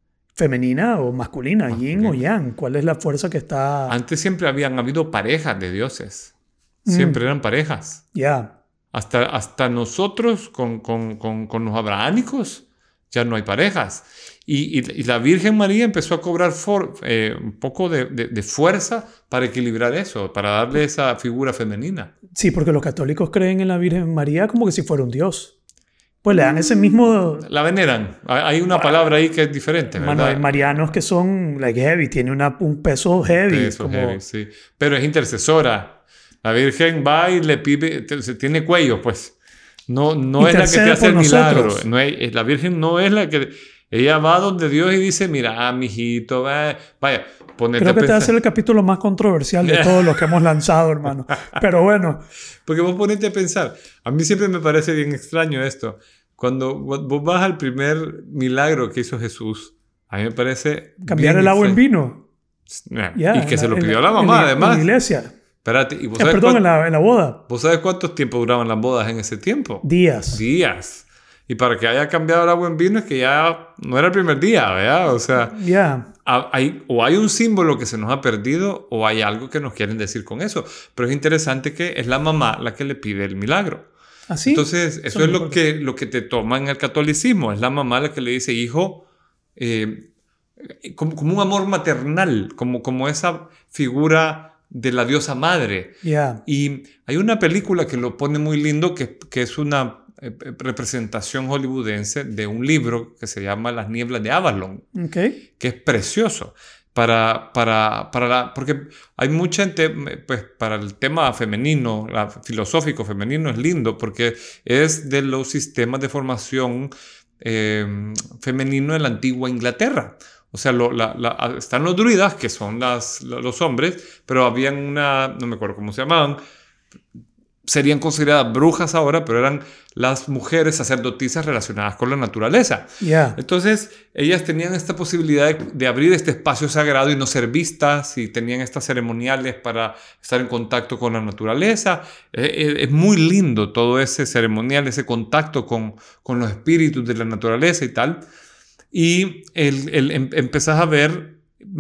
femenina o masculina, yin o yang? ¿Cuál es la fuerza que está...? Antes siempre habían habido parejas de dioses. Mm. Siempre eran parejas. Ya. Hasta, hasta nosotros con, con, con, con los abrahámicos ya no hay parejas. Y, y, y la Virgen María empezó a cobrar for, eh, un poco de, de, de fuerza para equilibrar eso, para darle esa figura femenina. Sí, porque los católicos creen en la Virgen María como que si fuera un dios. Pues le dan ese mismo... La veneran. Hay una palabra ahí que es diferente, ¿verdad? Mano, hay marianos que son like heavy, tiene una, un peso heavy. Peso como... heavy, sí. Pero es intercesora. La Virgen va y le pide, te- tiene cuello, pues. No, no es la que te Intercede hace el por milagro. nosotros. No es, la Virgen no es la que... Ella va donde Dios y dice, mira, ah, mijito, va, vaya, ponete Creo que a te va a pensar. ser el capítulo más controversial de todos los que hemos lanzado, hermano. Pero bueno, Porque vos ponete a pensar. A mí siempre me parece bien extraño esto. Cuando vos vas al primer milagro que hizo Jesús, a mí me parece... cambiar bien el agua en extraño. vino. Y Ya, que en se lo en pidió a la mamá, en además. En la iglesia. Espérate, ¿y vos Eh, sabes, perdón, cuán- en la, en la boda. vos sabes cuántos tiempos duraban las bodas en ese tiempo? Días. Días. Y para que haya cambiado el agua en vino es que ya no era el primer día, ¿verdad? O sea, Ya. ha- hay, o hay un símbolo que se nos ha perdido o hay algo que nos quieren decir con eso. Pero es interesante que es la mamá la que le pide el milagro. ¿Así? Entonces, eso Eso es me lo acuerdo. que, lo que te toma en el catolicismo. Es la mamá la que le dice, hijo, eh, como, como un amor maternal, como, como esa figura de la diosa madre. Ya. Y hay una película que lo pone muy lindo, que, que es una eh, representación hollywoodense de un libro que se llama Las nieblas de Avalon, Ok. que es precioso. Para, para, para la, porque hay mucha gente, pues para el tema femenino, la, filosófico femenino es lindo, porque es de los sistemas de formación eh, femenino en la antigua Inglaterra. O sea, lo, la, la, están los druidas, que son las, los hombres, pero habían una, no me acuerdo cómo se llamaban, serían consideradas brujas ahora, pero eran las mujeres sacerdotisas relacionadas con la naturaleza. Yeah. Entonces, ellas tenían esta posibilidad de, de abrir este espacio sagrado y no ser vistas, y tenían estas ceremoniales para estar en contacto con la naturaleza. Eh, es muy lindo todo ese ceremonial, ese contacto con, con los espíritus de la naturaleza y tal. Y el, el, em, empezás a ver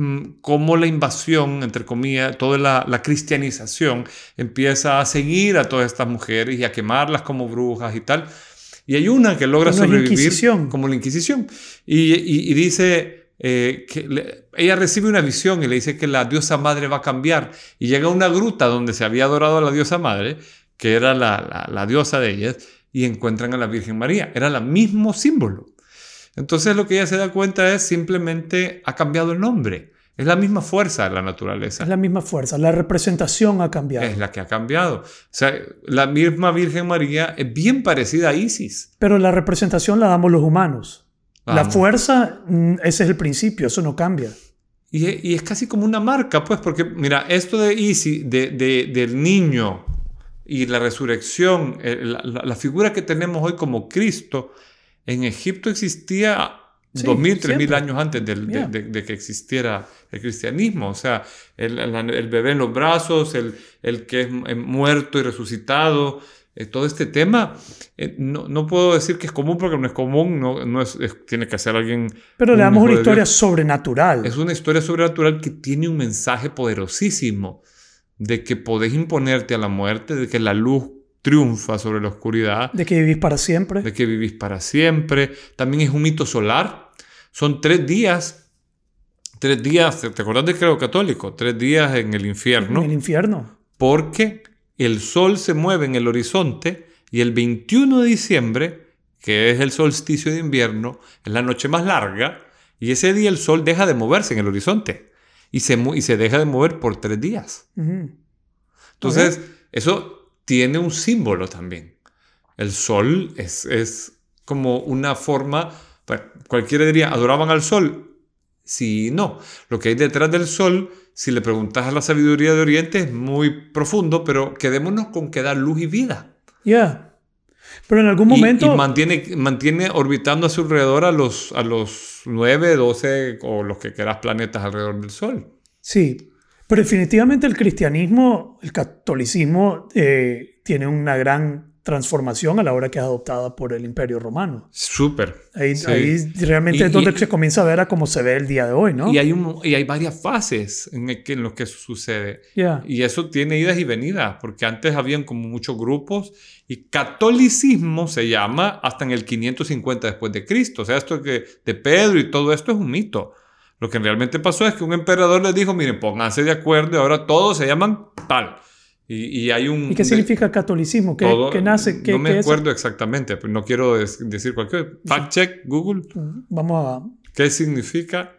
cómo la invasión, entre comillas, toda la, la cristianización empieza a seguir a todas estas mujeres y a quemarlas como brujas y tal. Y hay una que logra como sobrevivir la como la Inquisición. Y, y, y dice eh, que le, ella recibe una visión y le dice que la diosa madre va a cambiar. Y llega a una gruta donde se había adorado a la diosa madre, que era la, la, la diosa de ellas, y encuentran a la Virgen María. Era el mismo símbolo. Entonces lo que ella se da cuenta es simplemente ha cambiado el nombre. Es la misma fuerza de la naturaleza. Es la misma fuerza. La representación ha cambiado. Es la que ha cambiado. O sea, la misma Virgen María es bien parecida a Isis. Pero la representación la damos los humanos. Vamos. La fuerza, ese es el principio. Eso no cambia. Y, y es casi como una marca, pues, porque mira, esto de Isis, de, de, del niño y la resurrección, la, la, la figura que tenemos hoy como Cristo, en Egipto existía sí, dos mil, tres mil siempre. años antes del, Yeah. de, de, de que existiera el cristianismo. O sea, el, el, el bebé en los brazos, el, el que es muerto y resucitado, eh, todo este tema, eh, no, no puedo decir que es común porque no es común, no, no es, es, tiene que ser alguien... Pero le damos una de historia Dios. sobrenatural. Es una historia sobrenatural que tiene un mensaje poderosísimo de que podés imponerte a la muerte, de que la luz triunfa sobre la oscuridad. De que vivís para siempre. De que vivís para siempre. También es un mito solar. Son tres días. Tres días, ¿te acordás del credo católico? Tres días en el infierno. En el infierno. Porque el sol se mueve en el horizonte y el veintiuno de diciembre, que es el solsticio de invierno, es la noche más larga, y ese día el sol deja de moverse en el horizonte y se, y se deja de mover por tres días. Uh-huh. Entonces, Okay. eso tiene un símbolo también. El sol es, es como una forma, bueno, cualquiera diría, ¿adoraban al sol? Sí y no. Lo que hay detrás del sol, si le preguntas a la sabiduría de Oriente, es muy profundo, pero quedémonos con que da luz y vida. Ya. Yeah. Pero en algún Y, momento... y mantiene, mantiene orbitando a su alrededor a los, a los nueve, doce o los que quieras planetas alrededor del sol. Sí. Pero definitivamente el cristianismo, el catolicismo, eh, tiene una gran transformación a la hora que es adoptada por el Imperio Romano. Súper. Ahí, sí. ahí realmente y, es donde y, se comienza a ver a cómo se ve el día de hoy, ¿no? Y hay, un, y hay varias fases en, el que, en lo que eso sucede. Yeah. Y eso tiene idas y venidas, porque antes habían como muchos grupos y catolicismo se llama hasta en el quinientos cincuenta después de Cristo. O sea, esto que de Pedro y todo esto es un mito. Lo que realmente pasó es que un emperador les dijo, miren, pónganse de acuerdo y ahora todos se llaman tal. Y, y hay un... ¿Y qué significa catolicismo? ¿Qué, todo, ¿qué nace? ¿Qué, no me qué acuerdo es? exactamente, pero no quiero des, decir cualquier... Fact check, Google. Vamos a... ¿Qué significa?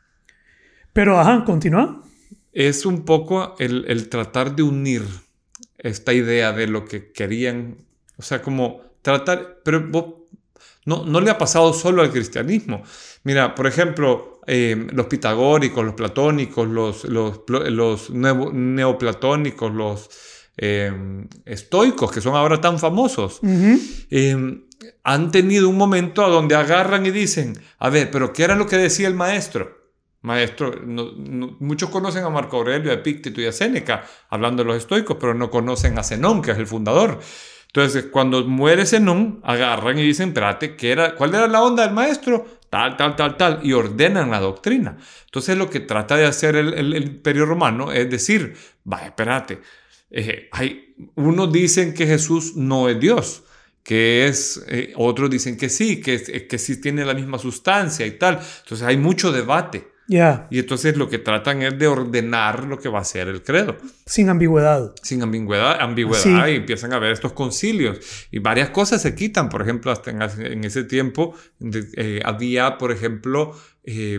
Pero, ajá, continúa. Es un poco el, el tratar de unir esta idea de lo que querían. O sea, como tratar... Pero vos, no, no le ha pasado solo al cristianismo. Mira, por ejemplo... Eh, los pitagóricos, los platónicos, los, los, los nuevo, neoplatónicos, los eh, estoicos, que son ahora tan famosos, Uh-huh. eh, han tenido un momento a donde agarran y dicen, a ver, pero ¿qué era lo que decía el maestro? Maestro, no, no, muchos conocen a Marco Aurelio, a Epícteto y a Séneca, hablando de los estoicos, pero no conocen a Zenón, que es el fundador. Entonces, cuando muere Zenón, agarran y dicen, espérate, ¿qué era, ¿cuál era la onda del maestro? Tal, tal, tal, tal, y ordenan la doctrina. Entonces, lo que trata de hacer el, el, el Imperio Romano es decir, vaya, espérate, eh, hay, unos dicen que Jesús no es Dios, que es, eh, otros dicen que sí, que, que sí tiene la misma sustancia y tal. Entonces, hay mucho debate. Yeah. Y entonces lo que tratan es de ordenar lo que va a ser el credo. Sin ambigüedad. Sin ambigüedad, ambigüedad Sí. y empiezan a ver estos concilios. Y varias cosas se quitan. Por ejemplo, hasta en, en ese tiempo de, eh, había, por ejemplo, eh,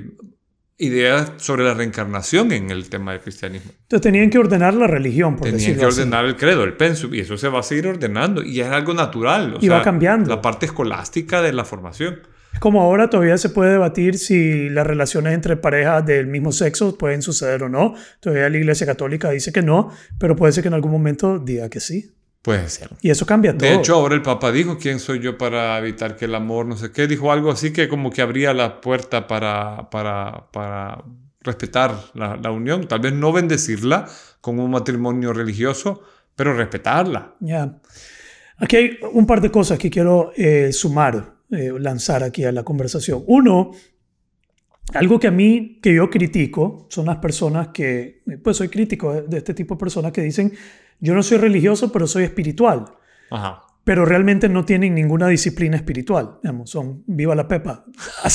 ideas sobre la reencarnación en el tema del cristianismo. Entonces tenían que ordenar la religión, por Tenían decirlo que así. ordenar el credo, el pensum, y eso se va a seguir ordenando. Y es algo natural. O Y sea, va cambiando. La parte escolástica de la formación. Es como ahora todavía se puede debatir si las relaciones entre parejas del mismo sexo pueden suceder o no. Todavía la Iglesia Católica dice que no, pero puede ser que en algún momento diga que sí. Puede ser. Y eso cambia todo. De hecho, ahora el Papa dijo, ¿quién soy yo para evitar que el amor, no sé qué? Dijo algo así que como que abría la puerta para, para, para respetar la, la unión. Tal vez no bendecirla como un matrimonio religioso, pero respetarla. Ya. Yeah. Aquí hay un par de cosas que quiero eh, sumar, eh, lanzar aquí a la conversación. Uno, algo que a mí, que yo critico, son las personas que, pues soy crítico de, de este tipo de personas que dicen, yo no soy religioso, pero soy espiritual. Ajá. Pero realmente no tienen ninguna disciplina espiritual. Digamos, son viva la pepa.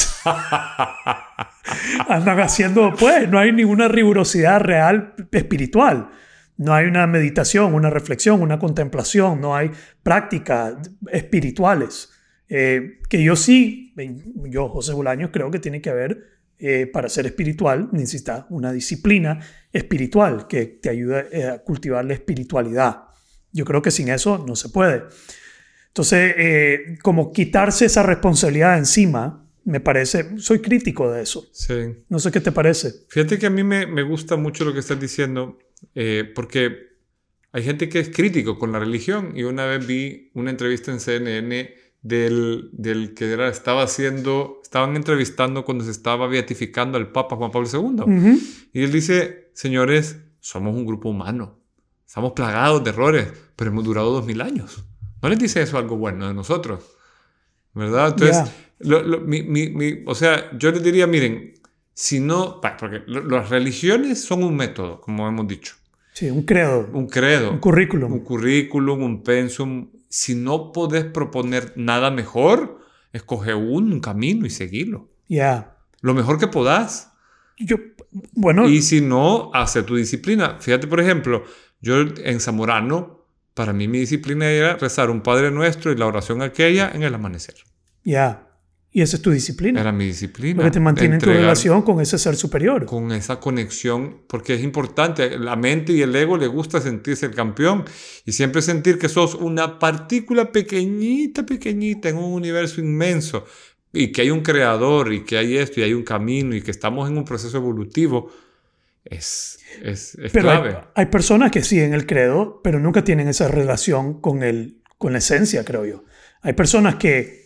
Andan haciendo, pues, no hay ninguna rigurosidad real espiritual. No hay una meditación, una reflexión, una contemplación. No hay prácticas espirituales. Eh, que yo sí, yo, José Bolaños, creo que tiene que haber, eh, para ser espiritual, necesitas una disciplina espiritual que te ayude a cultivar la espiritualidad. Yo creo que sin eso no se puede. Entonces, eh, como quitarse esa responsabilidad encima, me parece, soy crítico de eso. Sí. No sé qué te parece. Fíjate que a mí me, me gusta mucho lo que estás diciendo, eh, porque hay gente que es crítico con la religión, y una vez vi una entrevista en C N N del, del que era, estaba haciendo, estaban entrevistando cuando se estaba beatificando al Papa Juan Pablo segundo. Uh-huh. Y él dice, señores, somos un grupo humano, estamos plagados de errores, pero hemos durado dos mil años. ¿No les dice eso algo bueno de nosotros? ¿Verdad? Entonces, yeah. lo, lo, mi, mi, mi, o sea, yo les diría, miren, si no, porque lo, las religiones son un método, como hemos dicho. Sí, un credo. Un credo. Un currículum. Un currículum, un pensum. Si no podés proponer nada mejor, escoge un, un camino y seguilo. Ya. Yeah. Lo mejor que podás. Yo, bueno. Y si no, hace tu disciplina. Fíjate, por ejemplo, yo en Zamorano, para mí mi disciplina era rezar un Padre Nuestro y la oración aquella en el amanecer. Ya. Yeah. Y esa es tu disciplina. Era mi disciplina. Porque te mantiene en tu relación con ese ser superior. Con esa conexión, porque es importante. La mente y el ego le gusta sentirse el campeón y siempre sentir que sos una partícula pequeñita, pequeñita en un universo inmenso y que hay un creador y que hay esto y hay un camino y que estamos en un proceso evolutivo. Es, es, es pero clave. Hay, hay personas que siguen el credo, pero nunca tienen esa relación con, el, con la esencia, creo yo. Hay personas que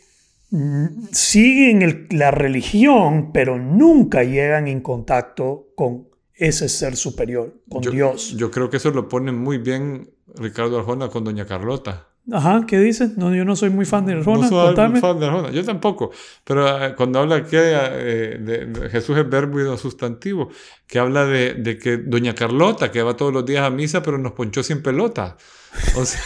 siguen el, la religión, pero nunca llegan en contacto con ese ser superior, con yo, Dios. Yo creo que eso lo pone muy bien Ricardo Arjona con Doña Carlota. Ajá, ¿qué dices? No, yo no soy muy fan de Arjona. No soy muy fan de Arjona, yo tampoco. Pero eh, cuando habla aquí eh, de, de Jesús es verbo y no sustantivo, que habla de, de que Doña Carlota, que va todos los días a misa, pero nos ponchó sin pelota. O sea,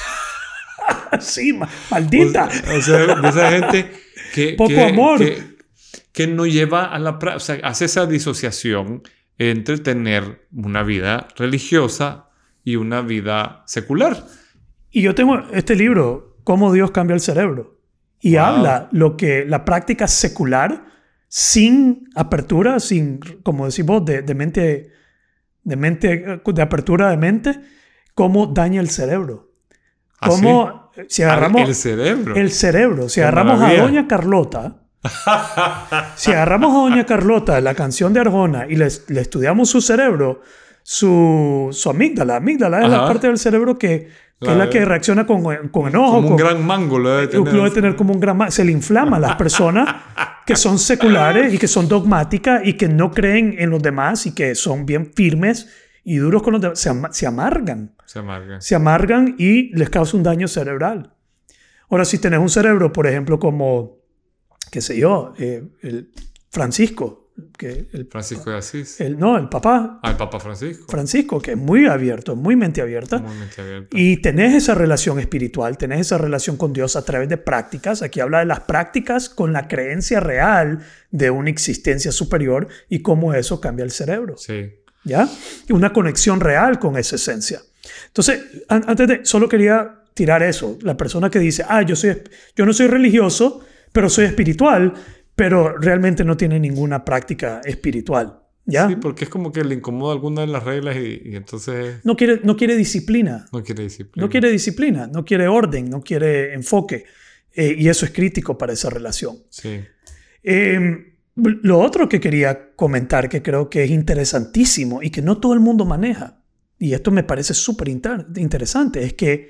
sí, maldita. O, o sea, de esa gente que, poco que, amor. Que, que no lleva a la práctica, o sea, hace esa disociación entre tener una vida religiosa y una vida secular. Y yo tengo este libro, Cómo Dios cambia el cerebro. Y wow. habla lo que la práctica secular, sin apertura, sin, como decís vos, de, de mente, de mente, de apertura de mente, cómo daña el cerebro. Cómo, ¿Ah, sí? si agarramos el cerebro. El cerebro. Si Qué agarramos maravilla. a Doña Carlota, si agarramos a Doña Carlota, la canción de Arjona, y le, le estudiamos su cerebro, su, su amígdala, amígdala es Ajá. la parte del cerebro que que la, es la que reacciona con, con enojo. Como un con, gran mango lo debe tener. Lo debe tener como un gran mango. Se le inflama a las personas que son seculares y que son dogmáticas y que no creen en los demás y que son bien firmes y duros con los demás. Se, am- se amargan. Se amargan. Se amargan y les causa un daño cerebral. Ahora, si tenés un cerebro, por ejemplo, como, qué sé yo, eh, el Francisco. Que el, Francisco de Asís. El, no, el papá. Ah, el Papa Francisco. Francisco, que es muy abierto, muy mente abierta. Muy mente abierta. Y tenés esa relación espiritual, tenés esa relación con Dios a través de prácticas. Aquí habla de las prácticas con la creencia real de una existencia superior y cómo eso cambia el cerebro. Sí. ¿Ya? Y una conexión real con esa esencia. Entonces, antes de, solo quería tirar eso. La persona que dice, ah, yo, soy, yo no soy religioso, pero soy espiritual, pero realmente no tiene ninguna práctica espiritual. ¿Ya? Sí, porque es como que le incomoda alguna de las reglas y, y entonces... No quiere, no quiere disciplina. No quiere disciplina. No quiere disciplina, no quiere orden, no quiere enfoque. Eh, y eso es crítico para esa relación. Sí. Eh, lo otro que quería comentar, que creo que es interesantísimo y que no todo el mundo maneja, y esto me parece súper inter- interesante, es que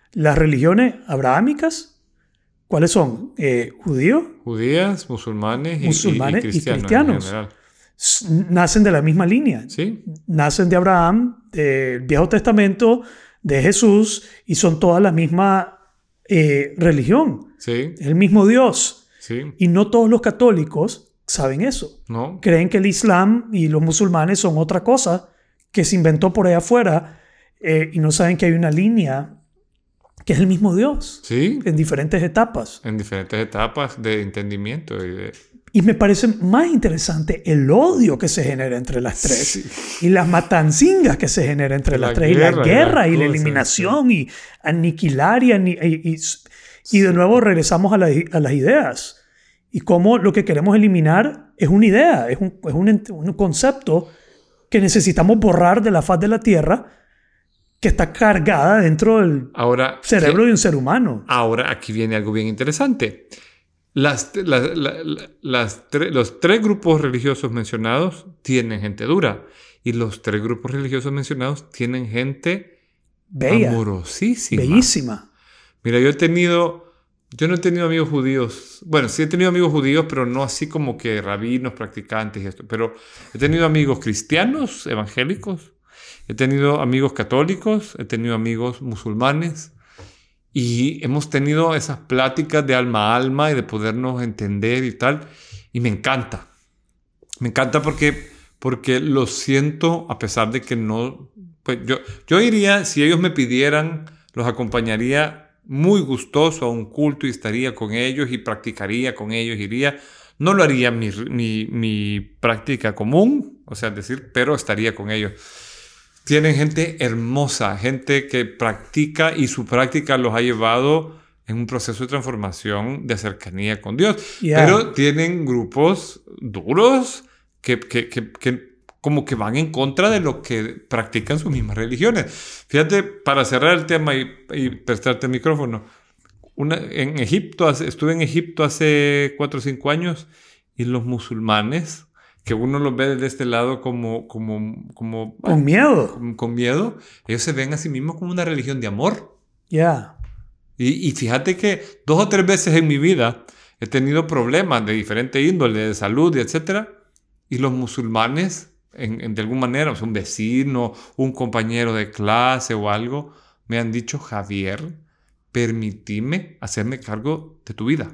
Las religiones abrahámicas, ¿cuáles son? Eh, ¿Judíos? Judías, musulmanes, y- Musulmanes y, y cristianos. cristianos. En general. S- Nacen de la misma línea. Sí, Nacen de Abraham, del Viejo Testamento, de Jesús, y son todas la misma eh, religión, sí, el mismo Dios. sí. Y no todos los católicos saben eso. No, Creen que el Islam y los musulmanes son otra cosa que se inventó por ahí afuera, eh, y no saben que hay una línea que es el mismo Dios sí. en diferentes etapas. En diferentes etapas de entendimiento y de... Y me parece más interesante el odio que se genera entre las tres Sí. y las matanzingas que se genera entre La las tres, y guerra, la las guerra y la cosas, eliminación y aniquilar y, ani- y, y, y de nuevo regresamos a, la- a las ideas y cómo lo que queremos eliminar es una idea, es un, es un, ent- un concepto que necesitamos borrar de la faz de la tierra, que está cargada dentro del Ahora, cerebro ¿qué? de un ser humano. Ahora aquí viene algo bien interesante. Las, la- la- la- las tre- los tres grupos religiosos mencionados tienen gente dura y los tres grupos religiosos mencionados tienen gente Bella, amorosísima. bellísima. Mira, yo he tenido, yo no he tenido amigos judíos. Bueno, sí he tenido amigos judíos, pero no así como que rabinos, practicantes y esto. Pero he tenido amigos cristianos, evangélicos. He tenido amigos católicos, he tenido amigos musulmanes. Y hemos tenido esas pláticas de alma a alma y de podernos entender y tal. Y me encanta. Me encanta porque, porque lo siento a pesar de que no... Pues yo, yo iría, si ellos me pidieran, los acompañaría muy gustoso a un culto y estaría con ellos y practicaría con ellos, iría. No lo haría mi, mi, mi práctica común, o sea, es decir, pero estaría con ellos. Tienen gente hermosa, gente que practica y su práctica los ha llevado en un proceso de transformación, de cercanía con Dios. Yeah. Pero tienen grupos duros que, que, que, que como que van en contra de lo que practican sus mismas religiones. Fíjate, para cerrar el tema y, y prestarte el micrófono, una, en Egipto, estuve en Egipto hace cuatro o cinco años y los musulmanes, que uno los ve desde este lado como... como, como Con miedo. Con, con miedo, ellos se ven a sí mismos como una religión de amor. Ya. Yeah. Y, y fíjate que dos o tres veces en mi vida he tenido problemas de diferente índole, de salud y etcétera, y los musulmanes, en, en, de alguna manera, o sea, un vecino, un compañero de clase o algo, me han dicho: Javier, permitime hacerme cargo de tu vida.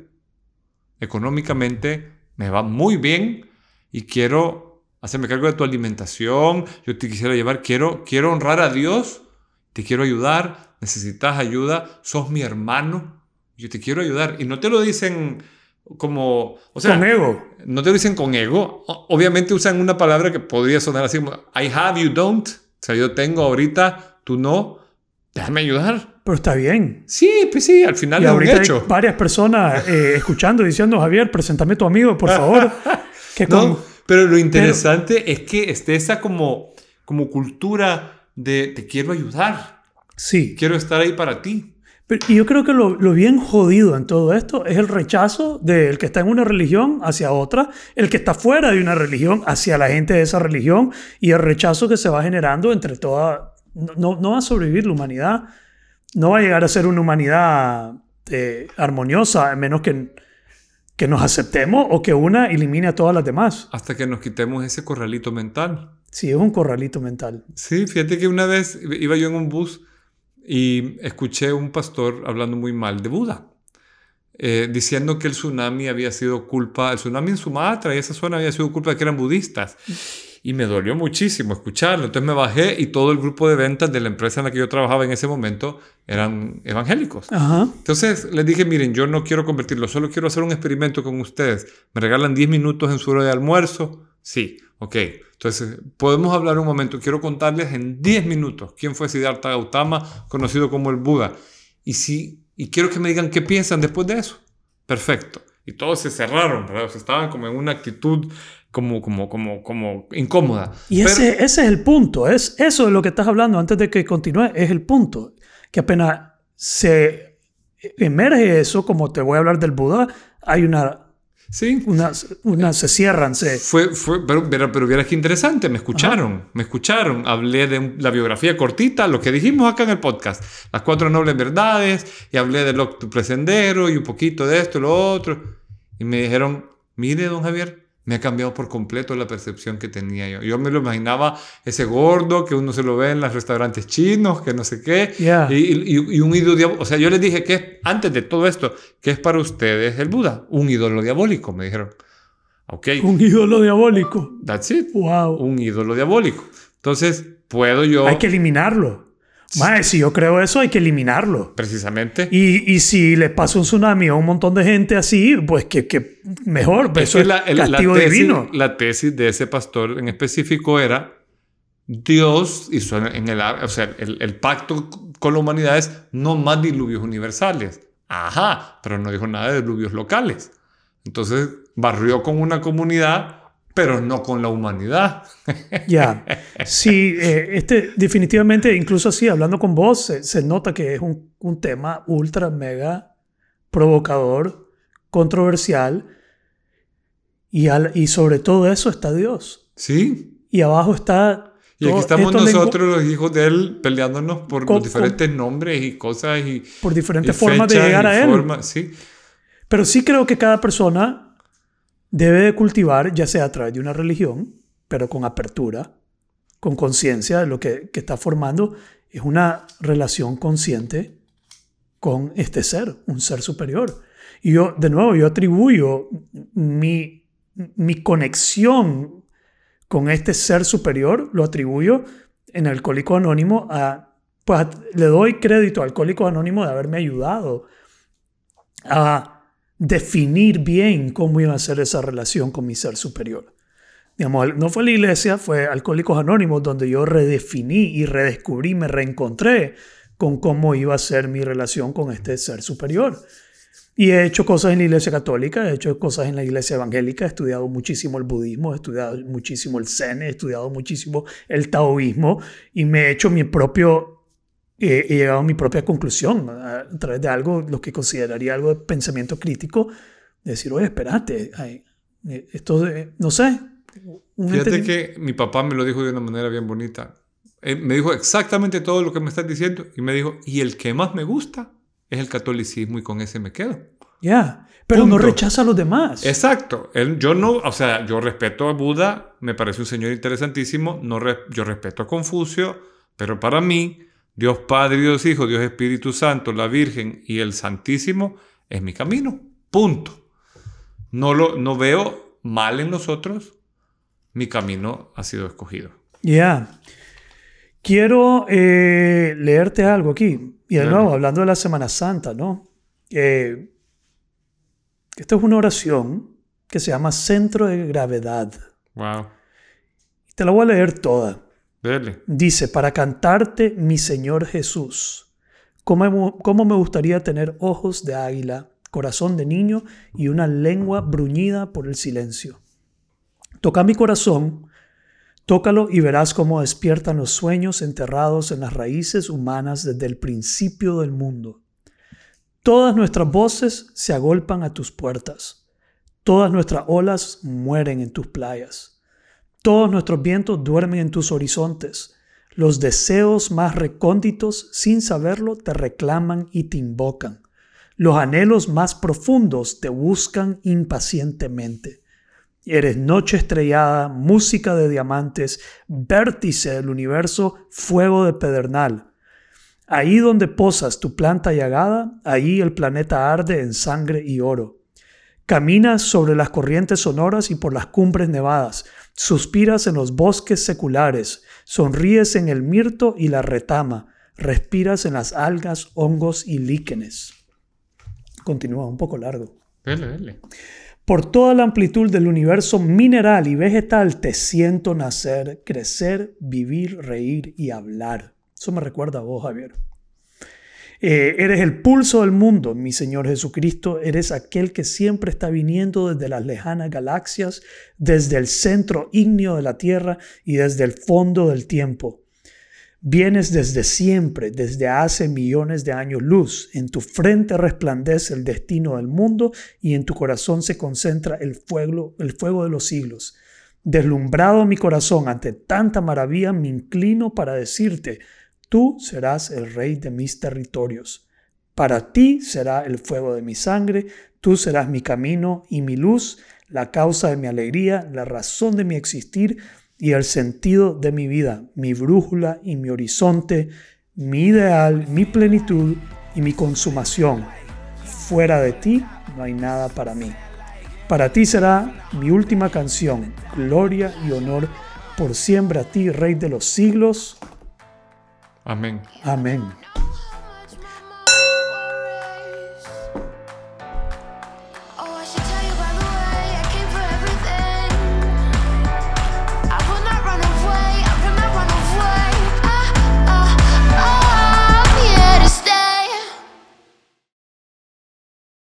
Económicamente me va muy bien y quiero hacerme cargo de tu alimentación, yo te quisiera llevar, quiero, quiero honrar a Dios, te quiero ayudar, necesitas ayuda, sos mi hermano, yo te quiero ayudar. Y no te lo dicen como... O sea, con ego. No te lo dicen con ego. O, obviamente usan una palabra que podría sonar así como I have, you don't. O sea, yo tengo ahorita, tú no. Déjame ayudar. Pero está bien. Sí, pues sí, al final y es un ahorita hecho. Hay varias personas eh, escuchando, diciendo: Javier, preséntame a tu amigo, por favor. Que con... No, pero lo interesante pero... es que esté esa como, como cultura de te quiero ayudar. Sí. Quiero estar ahí para ti. Pero, y yo creo que lo, lo bien jodido en todo esto es el rechazo del que está en una religión hacia otra, el que está fuera de una religión hacia la gente de esa religión, y el rechazo que se va generando entre toda... No, no va a sobrevivir la humanidad. No va a llegar a ser una humanidad eh, armoniosa, a menos que, que nos aceptemos o que una elimine a todas las demás. Hasta que nos quitemos ese corralito mental. Sí, es un corralito mental. Sí, fíjate que una vez iba yo en un bus y escuché a un pastor hablando muy mal de Buda, eh, diciendo que el tsunami había sido culpa, el tsunami en Sumatra y esa zona había sido culpa de que eran budistas. Y me dolió muchísimo escucharlo. Entonces me bajé y todo el grupo de ventas de la empresa en la que yo trabajaba en ese momento eran evangélicos. Ajá. Entonces les dije: miren, yo no quiero convertirlo, solo quiero hacer un experimento con ustedes. ¿Me regalan diez minutos en su hora de almuerzo? Sí, ok. Entonces, podemos hablar un momento. Quiero contarles en diez minutos quién fue Siddhartha Gautama, conocido como el Buda. Y, si, y quiero que me digan qué piensan después de eso. Perfecto. Y todos se cerraron, ¿verdad? O sea, estaban como en una actitud como, como, como, como incómoda. Y Pero, ese, ese es el punto. Es eso de lo que estás hablando antes de que continúe. Es el punto. Que apenas se emerge eso, como te voy a hablar del Buda, hay una Sí. Unas, unas se cierran, se... Fue, fue, pero, pero, pero vieras qué interesante, me escucharon, Ajá. me escucharon. Hablé de la biografía cortita, lo que dijimos acá en el podcast, las cuatro nobles verdades, y hablé del octuple sendero y un poquito de esto y lo otro. Y me dijeron, mire, don Javier, me ha cambiado por completo la percepción que tenía yo. Yo me lo imaginaba ese gordo que uno se lo ve en los restaurantes chinos, que no sé qué, yeah. y, y, y un ídolo diabólico. O sea, yo les dije que antes de todo esto, ¿qué es para ustedes el Buda? Un ídolo diabólico, me dijeron. Okay. Un ídolo diabólico. That's it. Wow. Un ídolo diabólico. Entonces, puedo yo... Hay que eliminarlo. Mae, si yo creo eso, hay que eliminarlo. Precisamente. Y, y si le pasa un tsunami a un montón de gente así, pues que, que mejor. Es eso que la, es castigo la tesis, divino. La tesis de ese pastor en específico era Dios hizo en el, o sea, el, el pacto con la humanidad es no más diluvios universales. Ajá, pero no dijo nada de diluvios locales. Entonces barrió con una comunidad, pero no con la humanidad. Ya, sí, eh, este, definitivamente, incluso así, hablando con vos, se, se nota que es un, un tema ultra, mega provocador, controversial, y, al, y sobre todo eso está Dios. Sí. Y abajo está... Y aquí estamos nosotros, los hijos de él, peleándonos por con, los diferentes con, nombres y cosas y... Por diferentes y formas de llegar a él. Forma, sí. Pero sí creo que cada persona debe de cultivar, ya sea a través de una religión, pero con apertura, con conciencia de lo que, que está formando, es una relación consciente con este ser, un ser superior. Y yo, de nuevo, yo atribuyo mi, mi conexión con este ser superior, lo atribuyo en Alcohólicos Anónimos a, pues a, le doy crédito a Alcohólicos Anónimos de haberme ayudado a definir bien cómo iba a ser esa relación con mi ser superior. Digamos, no fue la iglesia, fue Alcohólicos Anónimos donde yo redefiní y redescubrí, me reencontré con cómo iba a ser mi relación con este ser superior. Y he hecho cosas en la iglesia católica, he hecho cosas en la iglesia evangélica, he estudiado muchísimo el budismo, he estudiado muchísimo el zen, he estudiado muchísimo el taoísmo y me he hecho mi propio... He llegado a mi propia conclusión a través de algo, lo que consideraría algo de pensamiento crítico, de decir, oye, espérate, ay, esto, no sé. Fíjate que mi papá me lo dijo de una manera bien bonita. Él me dijo exactamente todo lo que me estás diciendo y me dijo, y el que más me gusta es el catolicismo y con ese me quedo. Ya, yeah, pero Punto. No rechaza a los demás. Exacto. Él, yo no, o sea, yo respeto a Buda, me parece un señor interesantísimo, no re, yo respeto a Confucio, pero para mí... Dios Padre, Dios Hijo, Dios Espíritu Santo, la Virgen y el Santísimo es mi camino. Punto. No, lo, no veo mal en los otros. Mi camino ha sido escogido. Ya. Yeah. Quiero eh, leerte algo aquí. Y de claro. nuevo, hablando de la Semana Santa, ¿no? Eh, esta es una oración que se llama Centro de Gravedad. Wow. Te la voy a leer toda. Dele. Dice, para cantarte, mi Señor Jesús, ¿cómo, cómo me gustaría tener ojos de águila, corazón de niño y una lengua bruñida por el silencio. Toca mi corazón, tócalo y verás cómo despiertan los sueños enterrados en las raíces humanas desde el principio del mundo. Todas nuestras voces se agolpan a tus puertas, todas nuestras olas mueren en tus playas. Todos nuestros vientos duermen en tus horizontes. Los deseos más recónditos, sin saberlo, te reclaman y te invocan. Los anhelos más profundos te buscan impacientemente. Eres noche estrellada, música de diamantes, vértice del universo, fuego de pedernal. Ahí donde posas tu planta llagada, ahí el planeta arde en sangre y oro. Caminas sobre las corrientes sonoras y por las cumbres nevadas. Suspiras en los bosques seculares, sonríes en el mirto y la retama, respiras en las algas, hongos y líquenes. Continúa, un poco largo. Dele, dele. Por toda la amplitud del universo mineral y vegetal te siento nacer, crecer, vivir, reír y hablar. Eso me recuerda a vos, Javier. Eh, eres el pulso del mundo, mi Señor Jesucristo. Eres aquel que siempre está viniendo desde las lejanas galaxias, desde el centro ígneo de la Tierra y desde el fondo del tiempo. Vienes desde siempre, desde hace millones de años luz. En tu frente resplandece el destino del mundo y en tu corazón se concentra el fuego, el fuego de los siglos. Deslumbrado mi corazón ante tanta maravilla, me inclino para decirte, tú serás el rey de mis territorios. Para ti será el fuego de mi sangre, tú serás mi camino y mi luz, la causa de mi alegría, la razón de mi existir y el sentido de mi vida, mi brújula y mi horizonte, mi ideal, mi plenitud y mi consumación. Fuera de ti no hay nada para mí. Para ti será mi última canción, gloria y honor por siempre a ti, Rey de los siglos. Amén. Amén.